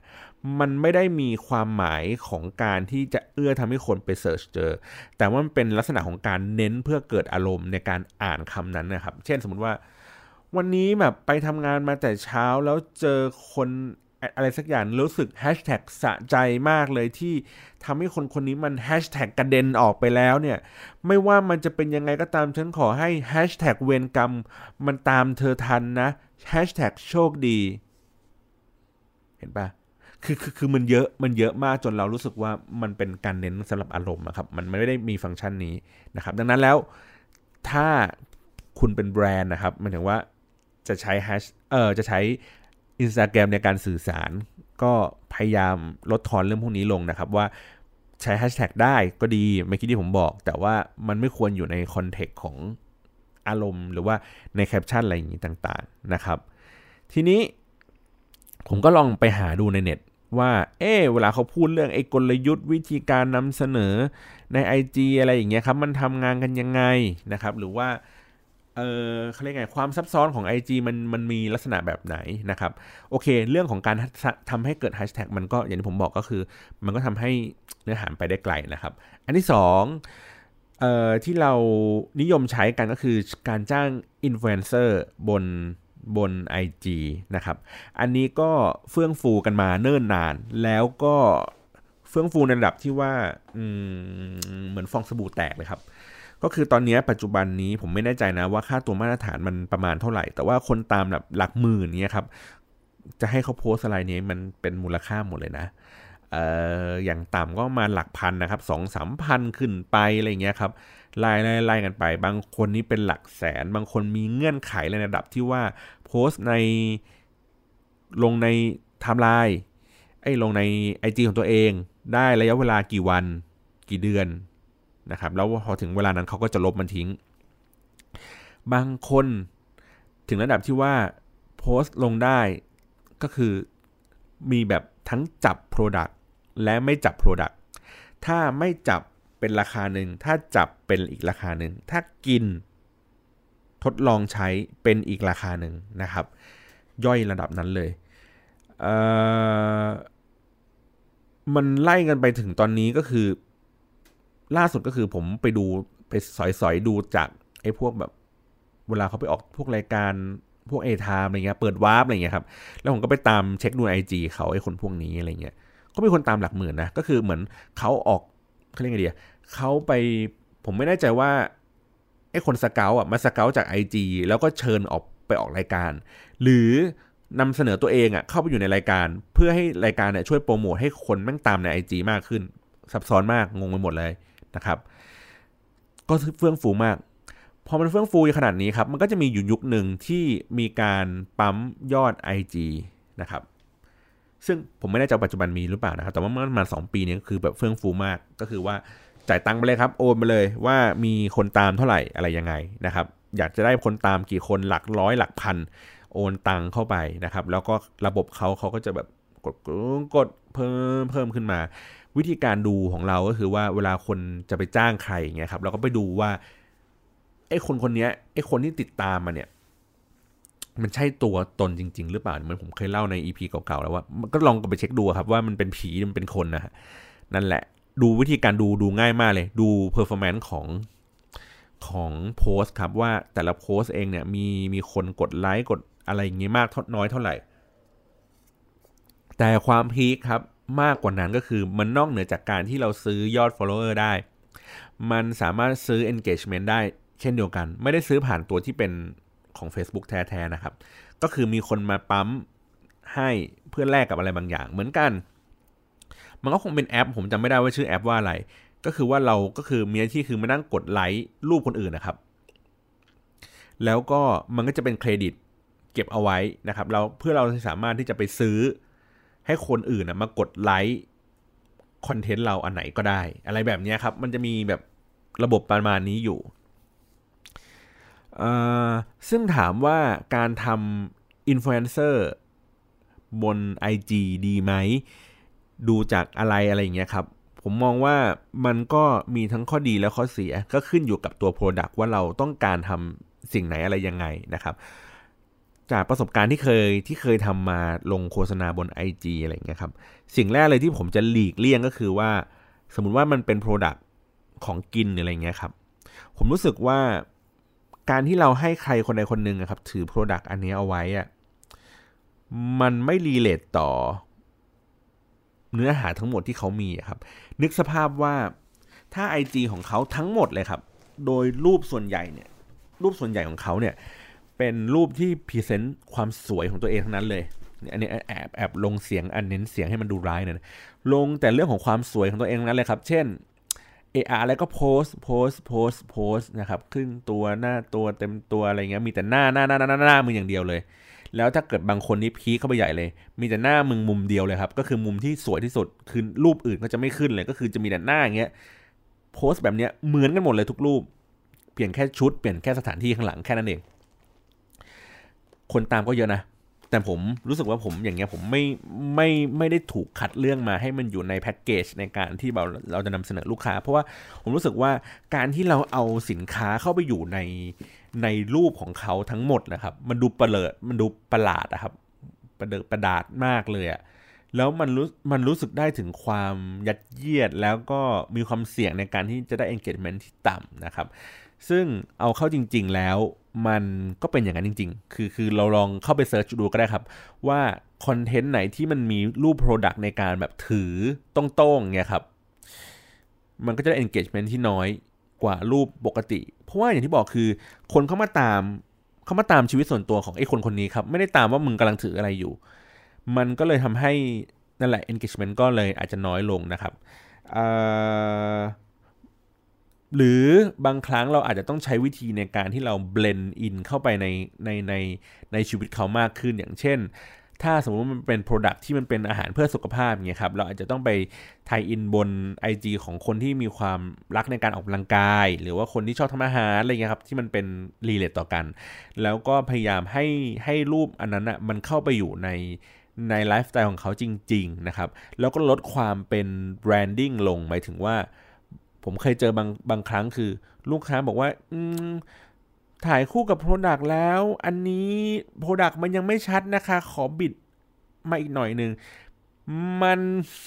S1: มันไม่ได้มีความหมายของการที่จะเอื้อทำให้คนไปเสิร์ชเจอแต่ว่ามันเป็นลักษณะของการเน้นเพื่อเกิดอารมณ์ในการอ่านคำนั้นนะครับเช่นสมมติว่าวันนี้แบบไปทำงานมาแต่เช้าแล้วเจอคนอะไรสักอย่างรู้สึกแฮชแท็กสะใจมากเลยที่ทำให้คนคนนี้มันแฮชแท็กกระเด็นออกไปแล้วเนี่ยไม่ว่ามันจะเป็นยังไงก็ตามฉันขอให้แฮชแท็กเวรกรรมมันตามเธอทันนะแฮชแท็กโชคดีเห็นปะคือคือคือมันเยอะมันเยอะมากจนเรารู้สึกว่ามันเป็นการเน้นสำหรับอารมณ์ครับมันไม่ได้มีฟังก์ชันนี้นะครับดังนั้นแล้วถ้าคุณเป็นแบรนด์นะครับหมายถึงว่าจะใช้แฮชเออจะใช้ Instagram ในการสื่อสารก็พยายามลดทอนเรื่องพวกนี้ลงนะครับว่าใช้แฮชแท็กได้ก็ดีเมื่อกี้ที่ผมบอกแต่ว่ามันไม่ควรอยู่ในคอนเทกต์ของอารมณ์หรือว่าในแคปชั่นอะไรอย่างนี้ต่างๆนะครับทีนี้ผมก็ลองไปหาดูในเน็ตว่าเอ๊ะเวลาเขาพูดเรื่องไอ้กลยุทธ์วิธีการนำเสนอใน ไอ จี อะไรอย่างเงี้ยครับมันทำงานกันยังไงนะครับหรือว่าเออเขาเรียกไงความซับซ้อนของ ไอ จี มันมันมีลักษณะแบบไหนนะครับโอเคเรื่องของการทำให้เกิดแฮชแท็กมันก็อย่างที่ผมบอกก็คือมันก็ทำให้เนื้อหาไปได้ไกลนะครับอันที่สองเอ่อที่เรานิยมใช้กันก็คือการจ้างอินฟลูเอนเซอร์บนบน ไอ จี นะครับอันนี้ก็เฟื่องฟูกันมาเนิ่นนานแล้วก็เฟื่องฟูในระดับที่ว่าเหมือนฟองสบู่แตกเลยครับก็คือตอนนี้ปัจจุบันนี้ผมไม่แน่ใจนะว่าค่าตัวมาตรฐานมันประมาณเท่าไหร่แต่ว่าคนตามแบบหลักหมื่นนี้ครับจะให้เขาโพสอะไรนี้มันเป็นมูลค่าหมดเลยนะเอ่ออย่างต่ำก็มาหลักพันนะครับสองสามพันขึ้นไปอะไรเงี้ยครับไล่ไล่ไล่กันไปบางคนนี่เป็นหลักแสนบางคนมีเงื่อนไขในระดับที่ว่าโพสในลงในไทม์ไลน์ไอ้ลงใน ไอ จี ของตัวเองได้ระยะเวลากี่วันกี่เดือนนะครับแล้วพอถึงเวลานั้นเขาก็จะลบมันทิ้งบางคนถึงระดับที่ว่าโพสต์ลงได้ก็คือมีแบบทั้งจับ Product และไม่จับ Product ถ้าไม่จับเป็นราคาหนึ่งถ้าจับเป็นอีกราคาหนึ่งถ้ากินทดลองใช้เป็นอีกราคาหนึ่งนะครับย่อยระดับนั้นเลยเอ่อมันไล่กันไปถึงตอนนี้ก็คือล่าสุดก็คือผมไปดูไปสอยๆดูจากไอ้พวกแบบเวลาเขาไปออกพวกรายการพวก A-Time อะไรเงี้ยเปิดวาร์ปอะไรเงี้ยครับแล้วผมก็ไปตามเช็คดู ไอ จี เขาไอ้คนพวกนี้อะไรเงี้ยก็มีคนตามหลักหมื่นนะก็คือเหมือนเขาออกเขาเรียกไงดีเขาไปผมไม่แน่ใจว่าไอ้คนสเกาต์อ่ะมาสเกาต์จาก ไอ จี แล้วก็เชิญออกไปออกรายการหรือนำเสนอตัวเองอ่ะเข้าไปอยู่ในรายการเพื่อให้รายการเนี่ยช่วยโปรโมทให้คนแม่งตามใน ไอ จี มากขึ้นซับซ้อนมากงงไปหมดเลยนะครับก็เฟื่องฟูมากพอมันเฟื่องฟูขนาดนี้ครับมันก็จะมีอยู่ยุคหนึ่งที่มีการปั๊มยอด ไอ จี นะครับซึ่งผมไม่แน่ใจปัจจุบันมีหรือเปล่านะครับแต่ว่าเมื่อประมาณสองปีนี้ก็คือแบบเฟื่องฟูมากก็คือว่าจ่ายตังค์ไปเลยครับโอนไปเลยว่ามีคนตามเท่าไหร่อะไรยังไงนะครับอยากจะได้คนตามกี่คนหลักร้อยหลักพันโอนตังเข้าไปนะครับแล้วก็ระบบเขาเขาก็จะแบบกดกดเพิ่มเพิ่มขึ้นมาวิธีการดูของเราก็คือว่าเวลาคนจะไปจ้างใครอย่างเงี้ยครับเราก็ไปดูว่าไอ้คนคนนี้ไอ้คนที่ติดตามมาเนี่ยมันใช่ตัวตนจริงๆหรือเปล่าเหมือนผมเคยเล่าใน อี พี เก่าๆแล้วว่ามันก็ลองกลับไปเช็คดูครับว่ามันเป็นผีมันเป็นคนนะฮะนั่นแหละดูวิธีการดูดูง่ายมากเลยดู performance ของของโพสต์ครับว่าแต่ละโพสต์เองเนี่ยมีมีคนกดไลค์กดอะไรอย่างงี้มากน้อยเท่าไหร่แต่ความพีคครับมากกว่านั้นก็คือมันนอกเหนือจากการที่เราซื้อยอด follower ได้มันสามารถซื้อ engagement ได้เช่นเดียวกันไม่ได้ซื้อผ่านตัวที่เป็นของ Facebook แท้ๆนะครับก็คือมีคนมาปั๊มให้เพื่อแลกกับอะไรบางอย่างเหมือนกันมันก็คงเป็นแอปผมจำไม่ได้ว่าชื่อแอปว่าอะไรก็คือว่าเราก็คือมีหน้าที่คือมานั่งกดไลค์รูปคนอื่นนะครับแล้วก็มันก็จะเป็นเครดิตเก็บเอาไว้นะครับเราเพื่อเราสามารถที่จะไปซื้อให้คนอื่นนะมากดไลค์คอนเทนต์เราอันไหนก็ได้อะไรแบบนี้ครับมันจะมีแบบระบบประมาณนี้อยู่ซึ่งถามว่าการทำอินฟลูเอนเซอร์บน ไอ จี ดีไหมดูจากอะไรอะไรอย่างเงี้ยครับผมมองว่ามันก็มีทั้งข้อดีและข้อเสียก็ขึ้นอยู่กับตัว Product ว่าเราต้องการทำสิ่งไหนอะไรยังไงนะครับจากประสบการณ์ที่เคยที่เคยทำมาลงโฆษณาบน ไอ จี อะไรอย่างเงี้ยครับสิ่งแรกเลยที่ผมจะหลีกเลี่ยงก็คือว่าสมมุติว่ามันเป็น product ของกินอะไรอย่างเงี้ยครับผมรู้สึกว่าการที่เราให้ใครคนใดคนหนึ่งครับถือ product อันนี้เอาไว้อะมันไม่รีเลทต่อเนื้อหาทั้งหมดที่เขามีครับนึกสภาพว่าถ้า ไอ จี ของเขาทั้งหมดเลยครับโดยรูปส่วนใหญ่เนี่ยรูปส่วนใหญ่ของเขาเนี่ยเป็นรูปที่พรีเซนต์ความสวยของตัวเองทั้งนั้นเลยอันนี้แอบแอบลงเสียงอันเน้นเสียงให้มันดูร้ายหน่อยนะลงแต่เรื่องของความสวยของตัวเองนั้นเลยครับเช่นเอออะไรก็โพสโพสโพสโพสนะครับครึ่งตัวหน้าตัวเต็มตัวอะไรเงี้ยมีแต่หน้าหน้าหน้าหน้าหน้ามึงอย่างเดียวเลยแล้วถ้าเกิดบางคนนี่พีคเข้าไปใหญ่เลยมีแต่หน้ามึงมุมเดียวเลยครับก็คือมุมที่สวยที่สุดคือรูปอื่นก็จะไม่ขึ้นเลยก็คือจะมีแต่หน้าอย่างเงี้ยโพสแบบเนี้ยเหมือนกันหมดเลยทุกรูปเปลี่ยนแค่ชุดเปลี่ยนแค่สถานที่ข้างหลังแค่นั้นเองคนตามก็เยอะนะแต่ผมรู้สึกว่าผมอย่างเงี้ยผมไม่ไม่ไม่ได้ถูกคัดเรื่องมาให้มันอยู่ในแพ็กเกจในการที่เราเราจะนำเสนอลูกค้าเพราะว่าผมรู้สึกว่าการที่เราเอาสินค้าเข้าไปอยู่ในในรูปของเขาทั้งหมดนะครับมันดูประหลาดมันดูประหลาดนะครับประเดิดประดาดมากเลยอะแล้วมันรู้มันรู้สึกได้ถึงความยัดเยียดแล้วก็มีความเสี่ยงในการที่จะได้ engagement ที่ต่ำนะครับซึ่งเอาเข้าจริงๆแล้วมันก็เป็นอย่างนั้นจริงๆคือคือเราลองเข้าไปเสิร์ชดูก็ได้ครับว่าคอนเทนต์ไหนที่มันมีรูป product ในการแบบถือตรงๆเนี่ยครับมันก็จะได้ engagement ที่น้อยกว่ารูปปกติเพราะว่าอย่างที่บอกคือคนเข้ามาตามเข้ามาตามชีวิตส่วนตัวของไอ้คนคนนี้ครับไม่ได้ตามว่ามึงกำลังถืออะไรอยู่มันก็เลยทำให้นั่นแหละ engagement ก็เลยอาจจะน้อยลงนะครับหรือบางครั้งเราอาจจะต้องใช้วิธีในการที่เราเบลนด์อินเข้าไปในในในในชีวิตเขามากขึ้นอย่างเช่นถ้าสมมติว่ามันเป็น product ที่มันเป็นอาหารเพื่อสุขภาพอย่างเงี้ยครับเราอาจจะต้องไปไทยอินบน ไอ จี ของคนที่มีความรักในการออกกำลังกายหรือว่าคนที่ชอบทำอาหารอะไรเงี้ยครับที่มันเป็นรีเลทต่อกันแล้วก็พยายามให้ให้รูปอันนั้นอ่ะมันเข้าไปอยู่ในในไลฟ์สไตล์ของเขาจริงๆนะครับแล้วก็ลดความเป็นแบรนดิ้งลงหมายถึงว่าผมเคยเจอบางบางครั้งคือลูกค้าบอกว่าอืมถ่ายคู่กับ Product แล้วอันนี้ Product มันยังไม่ชัดนะคะขอบิดมาอีกหน่อยนึงมัน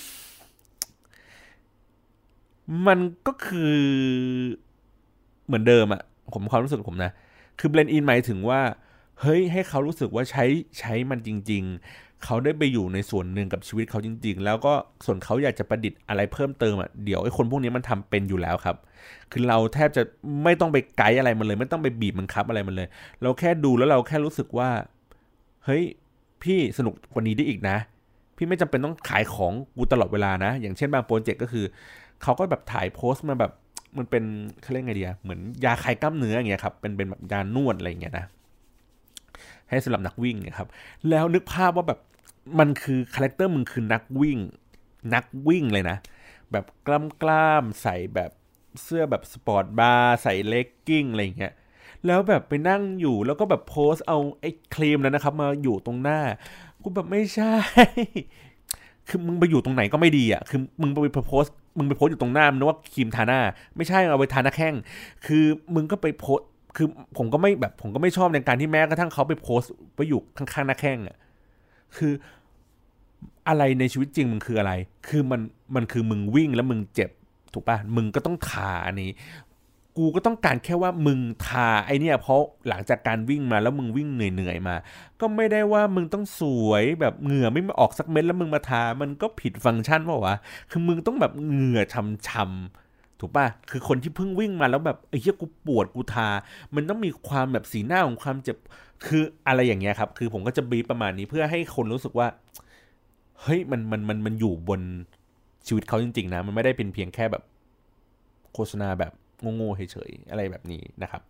S1: มันก็คือเหมือนเดิมอะผมความรู้สึกผมนะคือ blend in หมายถึงว่าเฮ้ยให้เขารู้สึกว่าใช้ใช้มันจริงๆเขาได้ไปอยู่ในส่วนหนึ่งกับชีวิตเขาจริงๆแล้วก็ส่วนเขาอยากจะประดิษฐ์อะไรเพิ่มเติมอ่ะเดี๋ยวไอ้คนพวกนี้มันทำเป็นอยู่แล้วครับคือเราแทบจะไม่ต้องไปไกด์อะไรมันเลยไม่ต้องไปบีบบังคับอะไรมันเลยเราแค่ดูแล้วเราแค่รู้สึกว่าเฮ้ยพี่สนุกกว่านี้ได้อีกนะพี่ไม่จำเป็นต้องขายของกูตลอดเวลานะอย่างเช่นบางโปรเจกต์ก็คือเขาก็แบบถ่ายโพสต์มาแบบมันเป็นเขาเรียกไงดีเหมือนยาคลายกล้ามเนื้ออย่างเงี้ยครับเป็นเป็นแบบยานวดอะไรอย่างเงี้ยนะให้สำหรับนักวิ่งนะครับแล้วนึกภาพว่าแบบมันคือคาแรคเตอร์มึงคือนักวิ่งนักวิ่งเลยนะแบบกล้ามกล้ามใส่แบบเสื้อแบบสปอร์ตบาร์ใส่เลกกิ้งอะไรอย่างเงี้ยแล้วแบบไปนั่งอยู่แล้วก็แบบโพสเอาไอ้ครีมนั้นนะครับมาอยู่ตรงหน้ากูแบบไม่ใช่คือมึงไปอยู่ตรงไหนก็ไม่ดีอ่ะคือมึงไปโพสมึงไปโพสอยู่ตรงหน้ามึงนึกว่าครีมทาหน้าไม่ใช่เอาไปทาหน้าแข้งคือมึงก็ไปโพสคือผมก็ไม่แบบผมก็ไม่ชอบในการที่แม้กระทั่งเขาไปโพสไปอยู่ข้างๆหน้าแข้งอ่ะคืออะไรในชีวิตจริงมึงคืออะไรคือมันมันคือมึงวิ่งแล้วมึงเจ็บถูกป่ะมึงก็ต้องทาอันนี้กูก็ต้องการแค่ว่ามึงทาไอเนี่ยเพราะหลังจากการวิ่งมาแล้วมึงวิ่งเหนื่อยๆมาก็ไม่ได้ว่ามึงต้องสวยแบบเหงื่อไม่ออกสักเม็ดแล้วมึงมาทามันก็ผิดฟังก์ชันเปล่าวะคือมึงต้องแบบเหงื่อช่ำๆถูกป่ะคือคนที่เพิ่งวิ่งมาแล้วแบบไอ้เหี้ยกูปวดกูทามันต้องมีความแบบสีหน้าของความเจ็บคืออะไรอย่างเงี้ยครับคือผมก็จะบีบประมาณนี้เพื่อให้คนรู้สึกว่าเฮ้ยมันมันมันมันอยู่บนชีวิตเขาจริงๆนะมันไม่ได้เป็นเพียงแค่แบบโฆษณาแบบโง่ๆเฉยๆอะไรแบบนี้นะครับ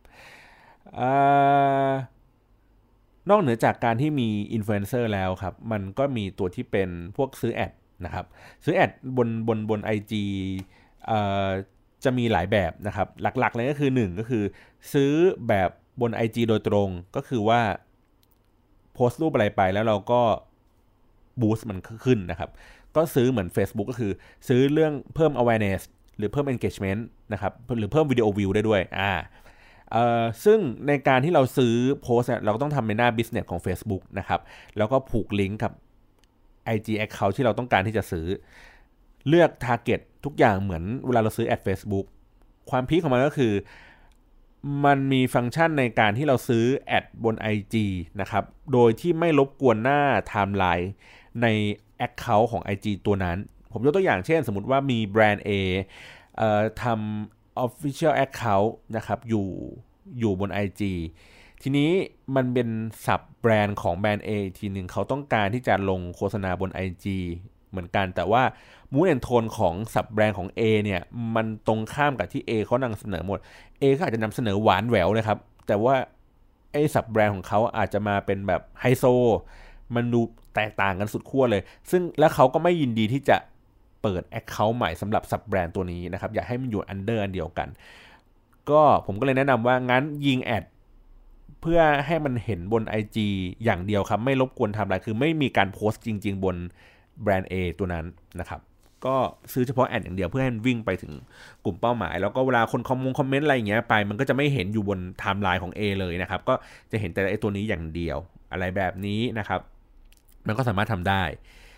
S1: นอกเหนือจากการที่มีอินฟลูเอนเซอร์แล้วครับมันก็มีตัวที่เป็นพวกซื้อแอดนะครับซื้อแอดบนบนบน ไอ จี เอ่อจะมีหลายแบบนะครับหลักๆเลยก็คือหนึ่งก็คือซื้อแบบบน ไอ จี โดยตรงก็คือว่าโพสต์รูปอะไรไปแล้วเราก็บูสต์มันขึ้นนะครับก็ซื้อเหมือน Facebook ก็คือซื้อเรื่องเพิ่ม awareness หรือเพิ่ม engagement นะครับหรือเพิ่มวิดีโอวิวได้ด้วยอ่าเอ่อซึ่งในการที่เราซื้อโพสต์เราก็ต้องทำในหน้า business ของ Facebook นะครับแล้วก็ผูกลิงก์กับ ไอ จี account ที่เราต้องการที่จะซื้อเลือก target ทุกอย่างเหมือนเวลาเราซื้อแอด Facebook ความพีคของมันก็คือมันมีฟังก์ชันในการที่เราซื้อแอดบน ไอ จี นะครับโดยที่ไม่รบกวนหน้า timeline ใน account ของ ไอ จี ตัวนั้นผมยกตัวอย่างเช่นสมมุติว่ามีแบรนด์ A เอ่อทำ official account นะครับอยู่อยู่บน ไอ จี ทีนี้มันเป็นสับแบรนด์ของแบรนด์ A ทีนึงเขาต้องการที่จะลงโฆษณาบน ไอ จี เหมือนกันแต่ว่ามูดแอนโทนของสับแบรนด์ของ A เนี่ยมันตรงข้ามกับที่ A เขานำเสนอหมด A ก็อาจจะนำเสนอหวานแหววเลยครับแต่ว่าไอ้สับแบรนด์ของเขาอาจจะมาเป็นแบบไฮโซมันดูแตกต่างกันสุดขั้วเลยซึ่งแล้วเขาก็ไม่ยินดีที่จะเปิด Account ใหม่สำหรับสับแบรนด์ตัวนี้นะครับอยากให้มันอยู่อันเดอร์อันเดียวกันก็ผมก็เลยแนะนำว่างั้นยิงแอดเพื่อให้มันเห็นบน ไอ จี อย่างเดียวครับไม่รบกวนทำอะไรคือไม่มีการโพสต์จริงๆบนแบรนด์ A ตัวนั้นนะครับก็ซื้อเฉพาะแอดอย่างเดียวเพื่อให้มันวิ่งไปถึงกลุ่มเป้าหมายแล้วก็เวลาคนคอมมงคอมเมนต์อะไรอย่างเงี้ยไปมันก็จะไม่เห็นอยู่บนไทม์ไลน์ของ A เลยนะครับก็จะเห็นแต่ไอ้ตัวนี้อย่างเดียวอะไรแบบนี้นะครับมันก็สามารถทำได้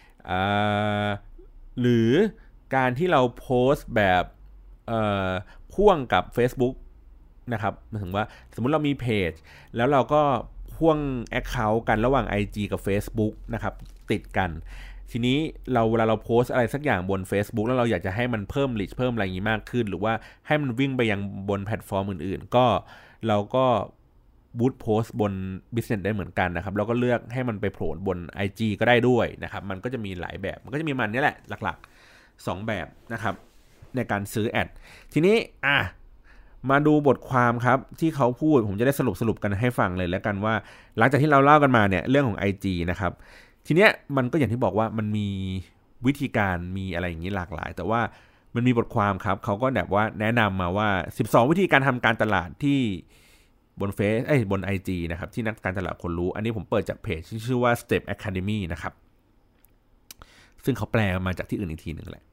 S1: หรือการที่เราโพสต์แบบพ่วงกับ Facebook นะครับหมายถึงว่าสมมุติเรามีเพจแล้วเราก็พ่วง Account กันระหว่าง ไอ จี กับ Facebook นะครับติดกันทีนี้เราเวลาเราโพสอะไรสักอย่างบน Facebook แล้วเราอยากจะให้มันเพิ่ม reach เพิ่มอะไรอย่างนี้มากขึ้นหรือว่าให้มันวิ่งไปยังบนแพลตฟอร์มอื่นๆก็เราก็บูตโพสต์บน Business ได้เหมือนกันนะครับแล้วก็เลือกให้มันไปโผล่บน ไอ จี ก็ได้ด้วยนะครับมันก็จะมีหลายแบบมันก็จะมีมันนี่แหละหลักๆสองแบบนะครับในการซื้อแอดทีนี้อ่ะมาดูบทความครับที่เขาพูดผมจะได้สรุปสรุปกันให้ฟังเลยแล้วกันว่าหลังจากที่เราเล่ากันมาเนี่ยเรื่องของ ไอ จี นะครับทีเนี้ยมันก็อย่างที่บอกว่ามันมีวิธีการมีอะไรอย่างนี้หลากหลายแต่ว่ามันมีบทความครับเขาก็แบบว่าแนะนำมาว่าสิบสองวิธีการทำการตลาดที่บนเฟซเอ้ยบน ไอ จี นะครับที่นักการตลาดคนรู้อันนี้ผมเปิดจากเพจที่ชื่อว่า Step Academy นะครับซึ่งเขาแปลมาจากที่อื่นอีกทีหนึ่งแหละ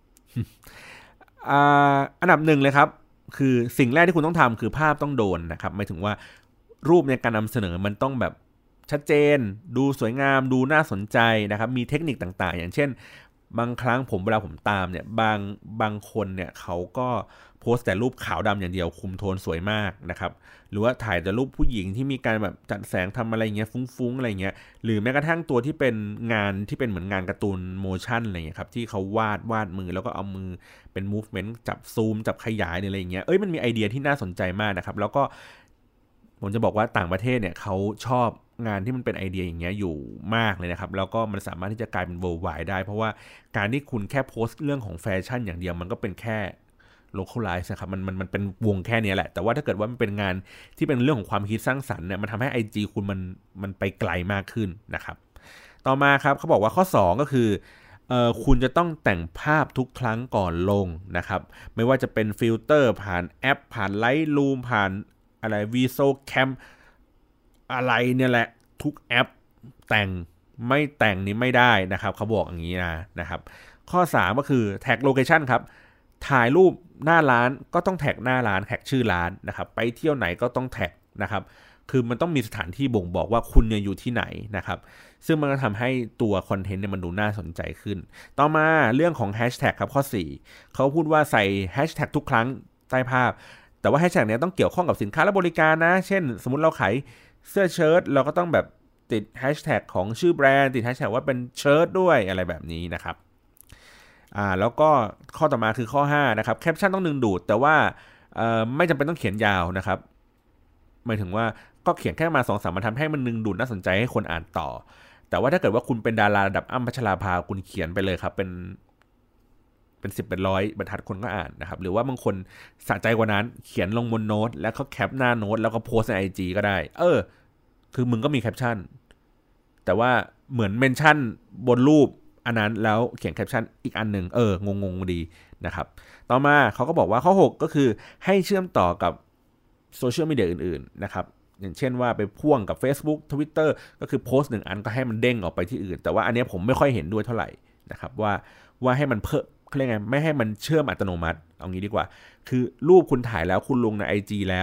S1: อันดับหนึ่งเลยครับคือสิ่งแรกที่คุณต้องทำคือภาพต้องโดนนะครับหมายถึงว่ารูปในการนำเสนอมันต้องแบบชัดเจนดูสวยงามดูน่าสนใจนะครับมีเทคนิคต่างๆอย่างเช่นบางครั้งผมเวลาผมตามเนี่ยบางบางคนเนี่ยเขาก็โพสต์แต่รูปขาวดำอย่างเดียวคุมโทนสวยมากนะครับหรือว่าถ่ายแต่รูปผู้หญิงที่มีการแบบจัดแสงทำอะไรเงี้ยฟุ้งๆอะไรเงี้ยหรือแม้กระทั่งตัวที่เป็นงานที่เป็นเหมือนงานการ์ตูนโมชั่นอะไรเงี้ยครับที่เขาวาดวาดมือแล้วก็เอามือเป็นมูฟเมนต์จับซูมจับขยายอะไรเงี้ยเอ้ยมันมีไอเดียที่น่าสนใจมากนะครับแล้วก็ผมจะบอกว่าต่างประเทศเนี่ยเขาชอบงานที่มันเป็นไอเดียอย่างเงี้ยอยู่มากเลยนะครับแล้วก็มันสามารถที่จะกลายเป็น worldwide ได้เพราะว่าการที่คุณแค่โพสต์เรื่องของแฟชั่นอย่างเดียวมันก็เป็นแค่ localize นะครับมันมันมันเป็นวงแค่นี้แหละแต่ว่าถ้าเกิดว่ามันเป็นงานที่เป็นเรื่องของความคิดสร้างสรรค์เนี่ยมันทำให้ ไอ จี คุณมันมันไปไกลมากขึ้นนะครับต่อมาครับเขาบอกว่าข้อสองก็คือเอ่อคุณจะต้องแต่งภาพทุกครั้งก่อนลงนะครับไม่ว่าจะเป็นฟิลเตอร์ผ่านแอปผ่าน Lightroom ผ่านอะไร Visocam อะไรเนี่ยแหละทุกแอปแต่งไม่แต่งนี้ไม่ได้นะครับเขาบอกอย่างนี้นะนะครับข้อสามก็คือแท็กโลเคชั่นครับถ่ายรูปหน้าร้านก็ต้องแท็กหน้าร้านแท็กชื่อร้านนะครับไปเที่ยวไหนก็ต้องแท็กนะครับคือมันต้องมีสถานที่บ่งบอกว่าคุณเนี่ยอยู่ที่ไหนนะครับซึ่งมันก็ทำให้ตัวคอนเทนต์เนี่ยมันดูน่าสนใจขึ้นต่อมาเรื่องของแฮชแท็กครับข้อสี่เขาพูดว่าใส่แฮชแท็กทุกครั้งใต้ภาพแต่ว่าแฮชแท็กเนี้ยต้องเกี่ยวข้องกับสินค้าและบริการนะเช่นสมมุติเราขายเสื้อเชิ้ตเราก็ต้องแบบติดแฮชแท็กของชื่อแบรนด์ติดแฮชแท็กว่าเป็นเชิ้ตด้วยอะไรแบบนี้นะครับอ่าแล้วก็ข้อต่อมาคือข้อห้านะครับแคปชั่นต้องดึงดูดแต่ว่าเอ่อไม่จำเป็นต้องเขียนยาวนะครับหมายถึงว่าก็เขียนแค่มา สองถึงสาม บรรทัดให้มันดึงดูดน่าสนใจให้คนอ่านต่อแต่ว่าถ้าเกิดว่าคุณเป็นดาราระดับอ้ำพัชราภาคุณเขียนไปเลยครับเป็นเป็นสิบเป็นร้อยบรรทัดคนก็อ่านนะครับหรือว่าบางคนสะใจกว่านั้นเขียนลงบนโน้ตแล้วเขาแคปหน้าโน้ตแล้วก็โพสใน ไอ จี ก็ได้เออคือมึงก็มีแคปชั่นแต่ว่าเหมือนเมนชั่นบนรูปอันนั้นแล้วเขียนแคปชั่นอีกอันหนึ่งเอองงๆดีนะครับต่อมาเขาก็บอกว่าข้อหกก็คือให้เชื่อมต่อกับโซเชียลมีเดียอื่นๆนะครับอย่างเช่นว่าไปพ่วงกับ Facebook Twitter ก็คือโพสต์หนึ่งอันก็ให้มันเด้งออกไปที่อื่นแต่ว่าอันนี้ผมไม่ค่อยเห็นด้วยเท่าไหร่นะครับว่าว่าให้มันเพิ่มเขาเรียกไงไม่ให้มันเชื่อมอัตโนมัติเอางี้ดีกว่าคือรูปคุณถ่ายแล้วคุณลงใน ไอ จี แล้ว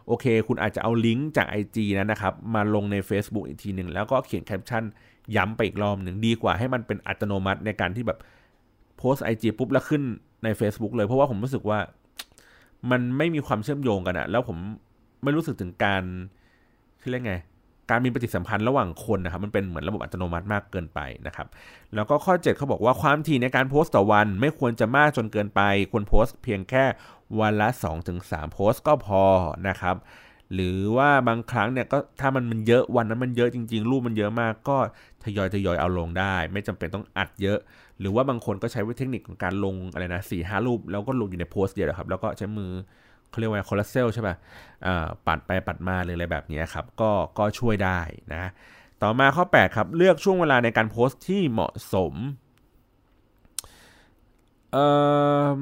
S1: โอเคคุณอาจจะเอาลิงก์จาก ไอ จี นั้นนะครับมาลงใน Facebook อีกทีหนึ่งแล้วก็เขียนแคปชั่นย้ำไปอีกรอบหนึ่งดีกว่าให้มันเป็นอัตโนมัติในการที่แบบโพสต์ ไอ จี ปุ๊บแล้วขึ้นใน Facebook เลยเพราะว่าผมรู้สึกว่ามันไม่มีความเชื่อมโยงกันอะแล้วผมไม่รู้สึกถึงการเรียกไงการมีปฏิสัมพันธ์ระหว่างคนนะครับมันเป็นเหมือนระบบอัตโนมัติมากเกินไปนะครับแล้วก็ข้อเจ็ดเขาบอกว่าความถี่ในการโพสต์ต่อวันไม่ควรจะมากจนเกินไปควรโพสต์เพียงแค่วันละ สองถึงสาม โพสต์ก็พอนะครับหรือว่าบางครั้งเนี่ยก็ถ้ามันมันเยอะวันนั้นมันเยอะจริงๆรูปมันเยอะมากก็ทยอยทยอยเอาลงได้ไม่จำเป็นต้องอัดเยอะหรือว่าบางคนก็ใช้เทคนิคของการลงอะไรนะ สี่ห้า รูปแล้วก็ลงอยู่ในโพสต์เดียวครับแล้วก็ใช้มือเขาเรียกว่าคอลลาเซลใช่ป่ะปัดไปปัดมาเลยอะไรแบบนี้ครับก็ก็ช่วยได้นะต่อมาข้อแปดครับเลือกช่วงเวลาในการโพสต์ที่เหมาะสมเอ่อ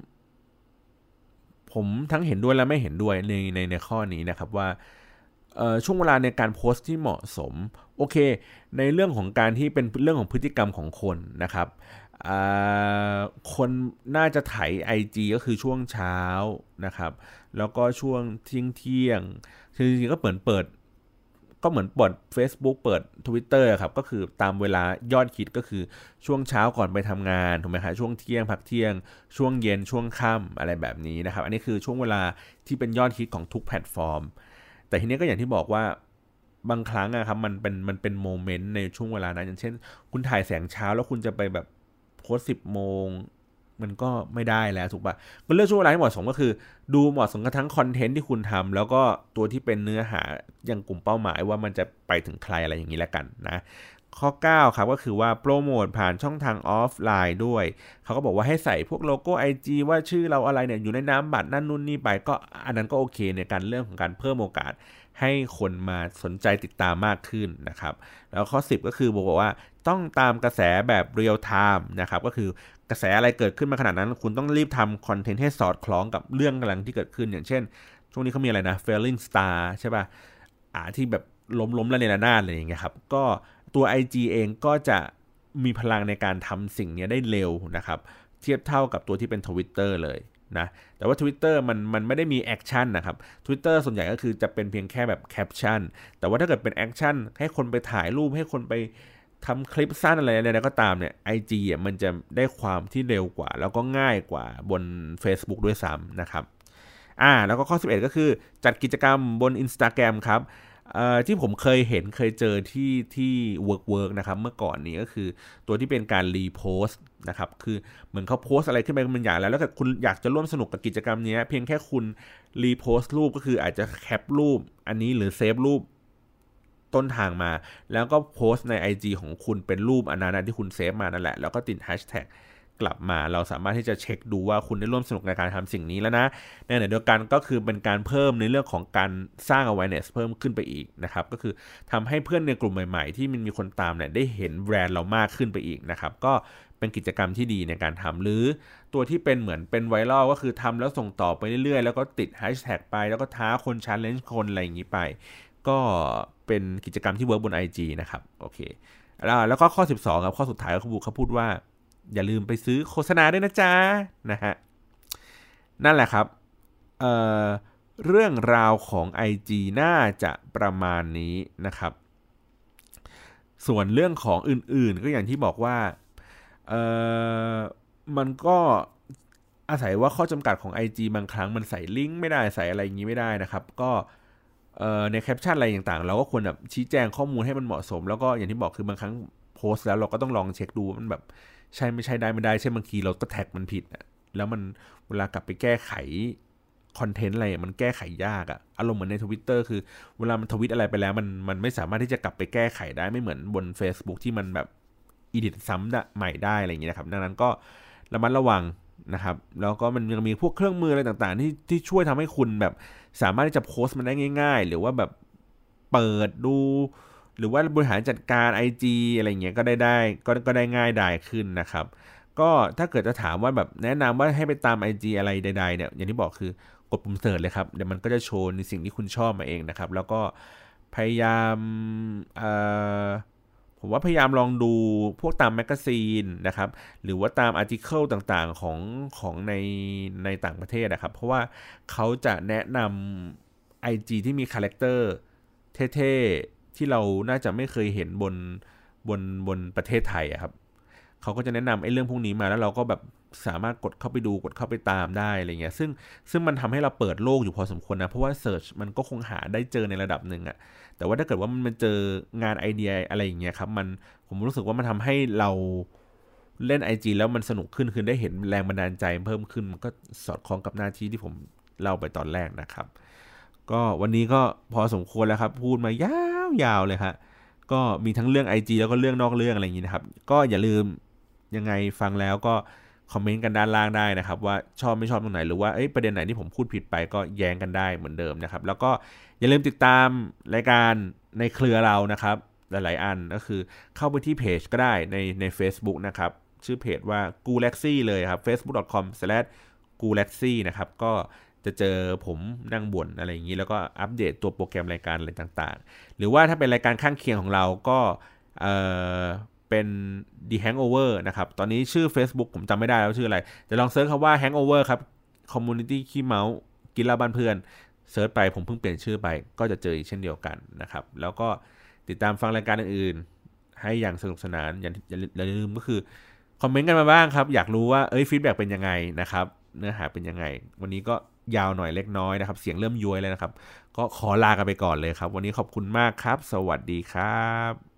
S1: ผมทั้งเห็นด้วยและไม่เห็นด้วยในในในข้อนี้นะครับว่าช่วงเวลาในการโพสต์ที่เหมาะสมโอเคในเรื่องของการที่เป็นเรื่องของพฤติกรรมของคนนะครับคนน่าจะไถ ไอ จี ก็คือช่วงเช้านะครับแล้วก็ช่วงเที่ยงเที่ยงคือจริงๆก็เปิดเปิดก็เหมือนเปิด Facebook เปิด Twitter ครับก็คือตามเวลายอดฮิตก็คือช่วงเช้าก่อนไปทำงานถูกไหมครับช่วงเที่ยงพักเที่ยงช่วงเย็นช่วงค่ำอะไรแบบนี้นะครับอันนี้คือช่วงเวลาที่เป็นยอดฮิตของทุกแพลตฟอร์มแต่ทีนี้ก็อย่างที่บอกว่าบางครั้งอะครับมันเป็นมันเป็นโมเมนต์ในช่วงเวลานั้นอย่างเช่นคุณถ่ายแสงเช้าแล้วคุณจะไปแบบโพสสิบโมงมันก็ไม่ได้แล้วถูกปะก็เลือกช่วงเวลาที่เหมาะสมก็คือดูเหมาะสมกับทั้งคอนเทนต์ที่คุณทำแล้วก็ตัวที่เป็นเนื้อหาอย่างกลุ่มเป้าหมายว่ามันจะไปถึงใครอะไรอย่างนี้แล้วกันนะข้อเก้าครับก็คือว่าโปรโมทผ่านช่องทางออฟไลน์ด้วยเขาก็บอกว่าให้ใส่พวกโลโก้ ไอ จี ว่าชื่อเราอะไรเนี่ยอยู่ในนามบัตรนั่นนู่นนี่ไปก็อันนั้นก็โอเคในการเรื่องของการเพิ่มโอกาสให้คนมาสนใจติดตามมากขึ้นนะครับแล้วข้อสิบก็คือบอกว่าต้องตามกระแสแบบเรียลไทม์นะครับก็คือกระแสอะไรเกิดขึ้นมาขนาดนั้นคุณต้องรีบทำคอนเทนต์ให้สอดคล้องกับเรื่องกำลังที่เกิดขึ้นอย่างเช่นช่วงนี้เขามีอะไรนะ Failing Star ใช่ป่ะอ่าที่แบบล้มๆแล้วในระนาดอะไรอย่างเงี้ยครับก็ตัว ไอ จี เองก็จะมีพลังในการทำสิ่งนี้ได้เร็วนะครับเทียบเท่ากับตัวที่เป็น Twitter เลยนะแต่ว่า Twitter มันมันไม่ได้มีแอคชั่นนะครับ Twitter ส่วนใหญ่ก็คือจะเป็นเพียงแค่แบบแคปชั่นแต่ว่าถ้าเกิดเป็นแอคชั่นให้คนไปถ่ายรูปให้คนไปทำคลิปสั้นอะไรอะไรก็ตามเนี่ย ไอ จี อ่ะมันจะได้ความที่เร็วกว่าแล้วก็ง่ายกว่าบน Facebook ด้วยซ้ำนะครับอ่าแล้วก็ข้อสิบเอ็ดก็คือจัดกิจกรรมบน Instagram ครับที่ผมเคยเห็นเคยเจอที่ที่ work work นะครับเมื่อก่อนนี้ก็คือตัวที่เป็นการรีโพสต์นะครับคือเหมือนเขาโพสอะไรขึ้นไปมันอย่างแล้วแล้วถ้าคุณอยากจะร่วมสนุกกับกิจกรรมนี้เพียงแค่คุณรีโพสต์รูปก็คืออาจจะแคปรูปอันนี้หรือเซฟรูปต้นทางมาแล้วก็โพสต์ใน ไอ จี ของคุณเป็นรูปอันนั้นที่คุณเซฟมานั่นแหละแล้วก็ติดแฮชแท็กกลับมาเราสามารถที่จะเช็คดูว่าคุณได้ร่วมสนุกในการทำสิ่งนี้แล้วนะในขณะเดียวกันก็คือเป็นการเพิ่มในเรื่องของการสร้าง awareness เพิ่มขึ้นไปอีกนะครับก็คือทำให้เพื่อนในกลุ่มใหม่ๆที่มันมีคนตามเนี่ยได้เห็นแบรนด์เรามากขึ้นไปอีกนะครับก็เป็นกิจกรรมที่ดีในการทำหรือตัวที่เป็นเหมือนเป็นไวรัลก็คือทำแล้วส่งต่อไปเรื่อยๆแล้วก็ติดแฮชแท็กไปแล้วก็ท้าคน challenge คนอะไรอย่างนี้ไปก็เป็นกิจกรรมที่เวิร์กบน ไอ จี นะครับโอเคแล้วก็ข้อสิบสองครับข้อสุดท้ายเขาเขาพูดว่าอย่าลืมไปซื้อโฆษณาด้วยนะจ๊ะนะฮะนั่นแหละครับ เอ่อ เรื่องราวของ ไอ จี น่าจะประมาณนี้นะครับส่วนเรื่องของอื่นๆก็อย่างที่บอกว่าเอ่อมันก็อาศัยว่าข้อจำกัดของ ไอ จี บางครั้งมันใส่ลิงก์ไม่ได้ใส่อะไรอย่างนี้ไม่ได้นะครับก็ในแคปชั่นอะไรต่างๆเราก็ควรแบบชี้แจงข้อมูลให้มันเหมาะสมแล้วก็อย่างที่บอกคือบางครั้งโพสต์แล้วเราก็ต้องลองเช็คดูมันแบบใช่ไม่ใช่ได้ไม่ได้ใช่บางทีเราก็แท็กมันผิดอะแล้วมันเวลากลับไปแก้ไขคอนเทนต์อะไรมันแก้ไขยากอะอารมณ์เหมือนใน Twitter คือเวลามันทวิตอะไรไปแล้วมันมันไม่สามารถที่จะกลับไปแก้ไขได้ไม่เหมือนบน Facebook ที่มันแบบอีดิทซ้ำใหม่ได้อะไรอย่างเงี้ยนะครับดังนั้นก็ระมัดระวังนะครับแล้วก็มันยังมีพวกเครื่องมืออะไรต่างๆที่ที่ช่วยทำให้คุณแบบสามารถที่จะโพสต์มันได้ง่ายๆหรือว่าแบบเปิดดูหรือว่าบริหารจัดการ ไอ จี อะไรเงี้ยก็ได้ได้ก็ก็ได้ง่ายดายขึ้นนะครับก็ถ้าเกิดจะถามว่าแบบแนะนำว่าให้ไปตาม ไอ จี อะไรใดๆเนี่ยอย่างที่บอกคือกดปุ่มเสิร์ชเลยครับเดี๋ยวมันก็จะโชว์ในสิ่งที่คุณชอบมาเองนะครับแล้วก็พยายามเอ่อผมว่าพยายามลองดูพวกตามแมกกาซีนนะครับหรือว่าตามอาร์ติเคิลต่างๆของของในในต่างประเทศนะครับเพราะว่าเขาจะแนะนำไอ จี ที่มีคาแรคเตอร์เท่ๆที่เราน่าจะไม่เคยเห็นบนบนบนประเทศไทยอะครับเขาก็จะแนะนำไอ้เรื่องพวกนี้มาแล้วเราก็แบบสามารถกดเข้าไปดูกดเข้าไปตามได้อะไรเงี้ยซึ่งซึ่งมันทำให้เราเปิดโลกอยู่พอสมควรนะเพราะว่าเสิร์ชมันก็คงหาได้เจอในระดับหนึ่งอะแต่ว่าถ้าเกิดว่ามันเจองานไอเดียอะไรอย่างเงี้ยครับมันผมรู้สึกว่ามันทำให้เราเล่น ไอ จี แล้วมันสนุกขึ้นคือได้เห็นแรงบันดาลใจเพิ่มขึ้นมันก็สอดคล้องกับหน้าที่ที่ผมเล่าไปตอนแรกนะครับก็วันนี้ก็พอสมควรแล้วครับพูดมายาวๆเลยฮะก็มีทั้งเรื่อง ไอ จี แล้วก็เรื่องนอกเรื่องอะไรอย่างนี้นะครับก็อย่าลืมยังไงฟังแล้วก็คอมเมนต์กันด้านล่างได้นะครับว่าชอบไม่ชอบตรงไหนหรือว่าประเด็นไหนที่ผมพูดผิดไปก็แย้งกันได้เหมือนเดิมนะครับแล้วก็อย่าลืมติดตามรายการในเครือเรานะครับหลายๆอันก็คือเข้าไปที่เพจก็ได้ในใน Facebook นะครับชื่อเพจว่า Gulaxy เลยครับ เฟซบุ๊ก ดอท คอม สแลช กูแล็กซี่ นะครับก็จะเจอผมนั่งบ่นอะไรอย่างนี้แล้วก็อัปเดตตัวโปรแกรมรายการอะไรต่างๆหรือว่าถ้าเป็นรายการข้างเคียงของเราก็เอ่อเป็น The Hangover นะครับตอนนี้ชื่อ Facebook ผมจำไม่ได้แล้วชื่ออะไรจะลองเซิร์ชคำว่า Hangover ครับ Community ขี้เมาส์กินเหล้าบ้านเพื่อนเซิร์ชไปผมเพิ่งเปลี่ยนชื่อไปก็จะเจออีกเช่นเดียวกันนะครับแล้วก็ติดตามฟังรายการอื่นๆให้อย่างสนุกสนานอย่าอย่าลืมก็คือคอมเมนต์กันมาบ้างครับอยากรู้ว่าเอ้ยฟีดแบ็กเป็นยังไงนะครับเนื้อหาเป็นยังไงวันนี้ก็ยาวหน่อยเล็กน้อยนะครับเสียงเริ่มย้วยเลยนะครับก็ขอลากันไปก่อนเลยครับวันนี้ขอบคุณมากครับสวัสดีครับ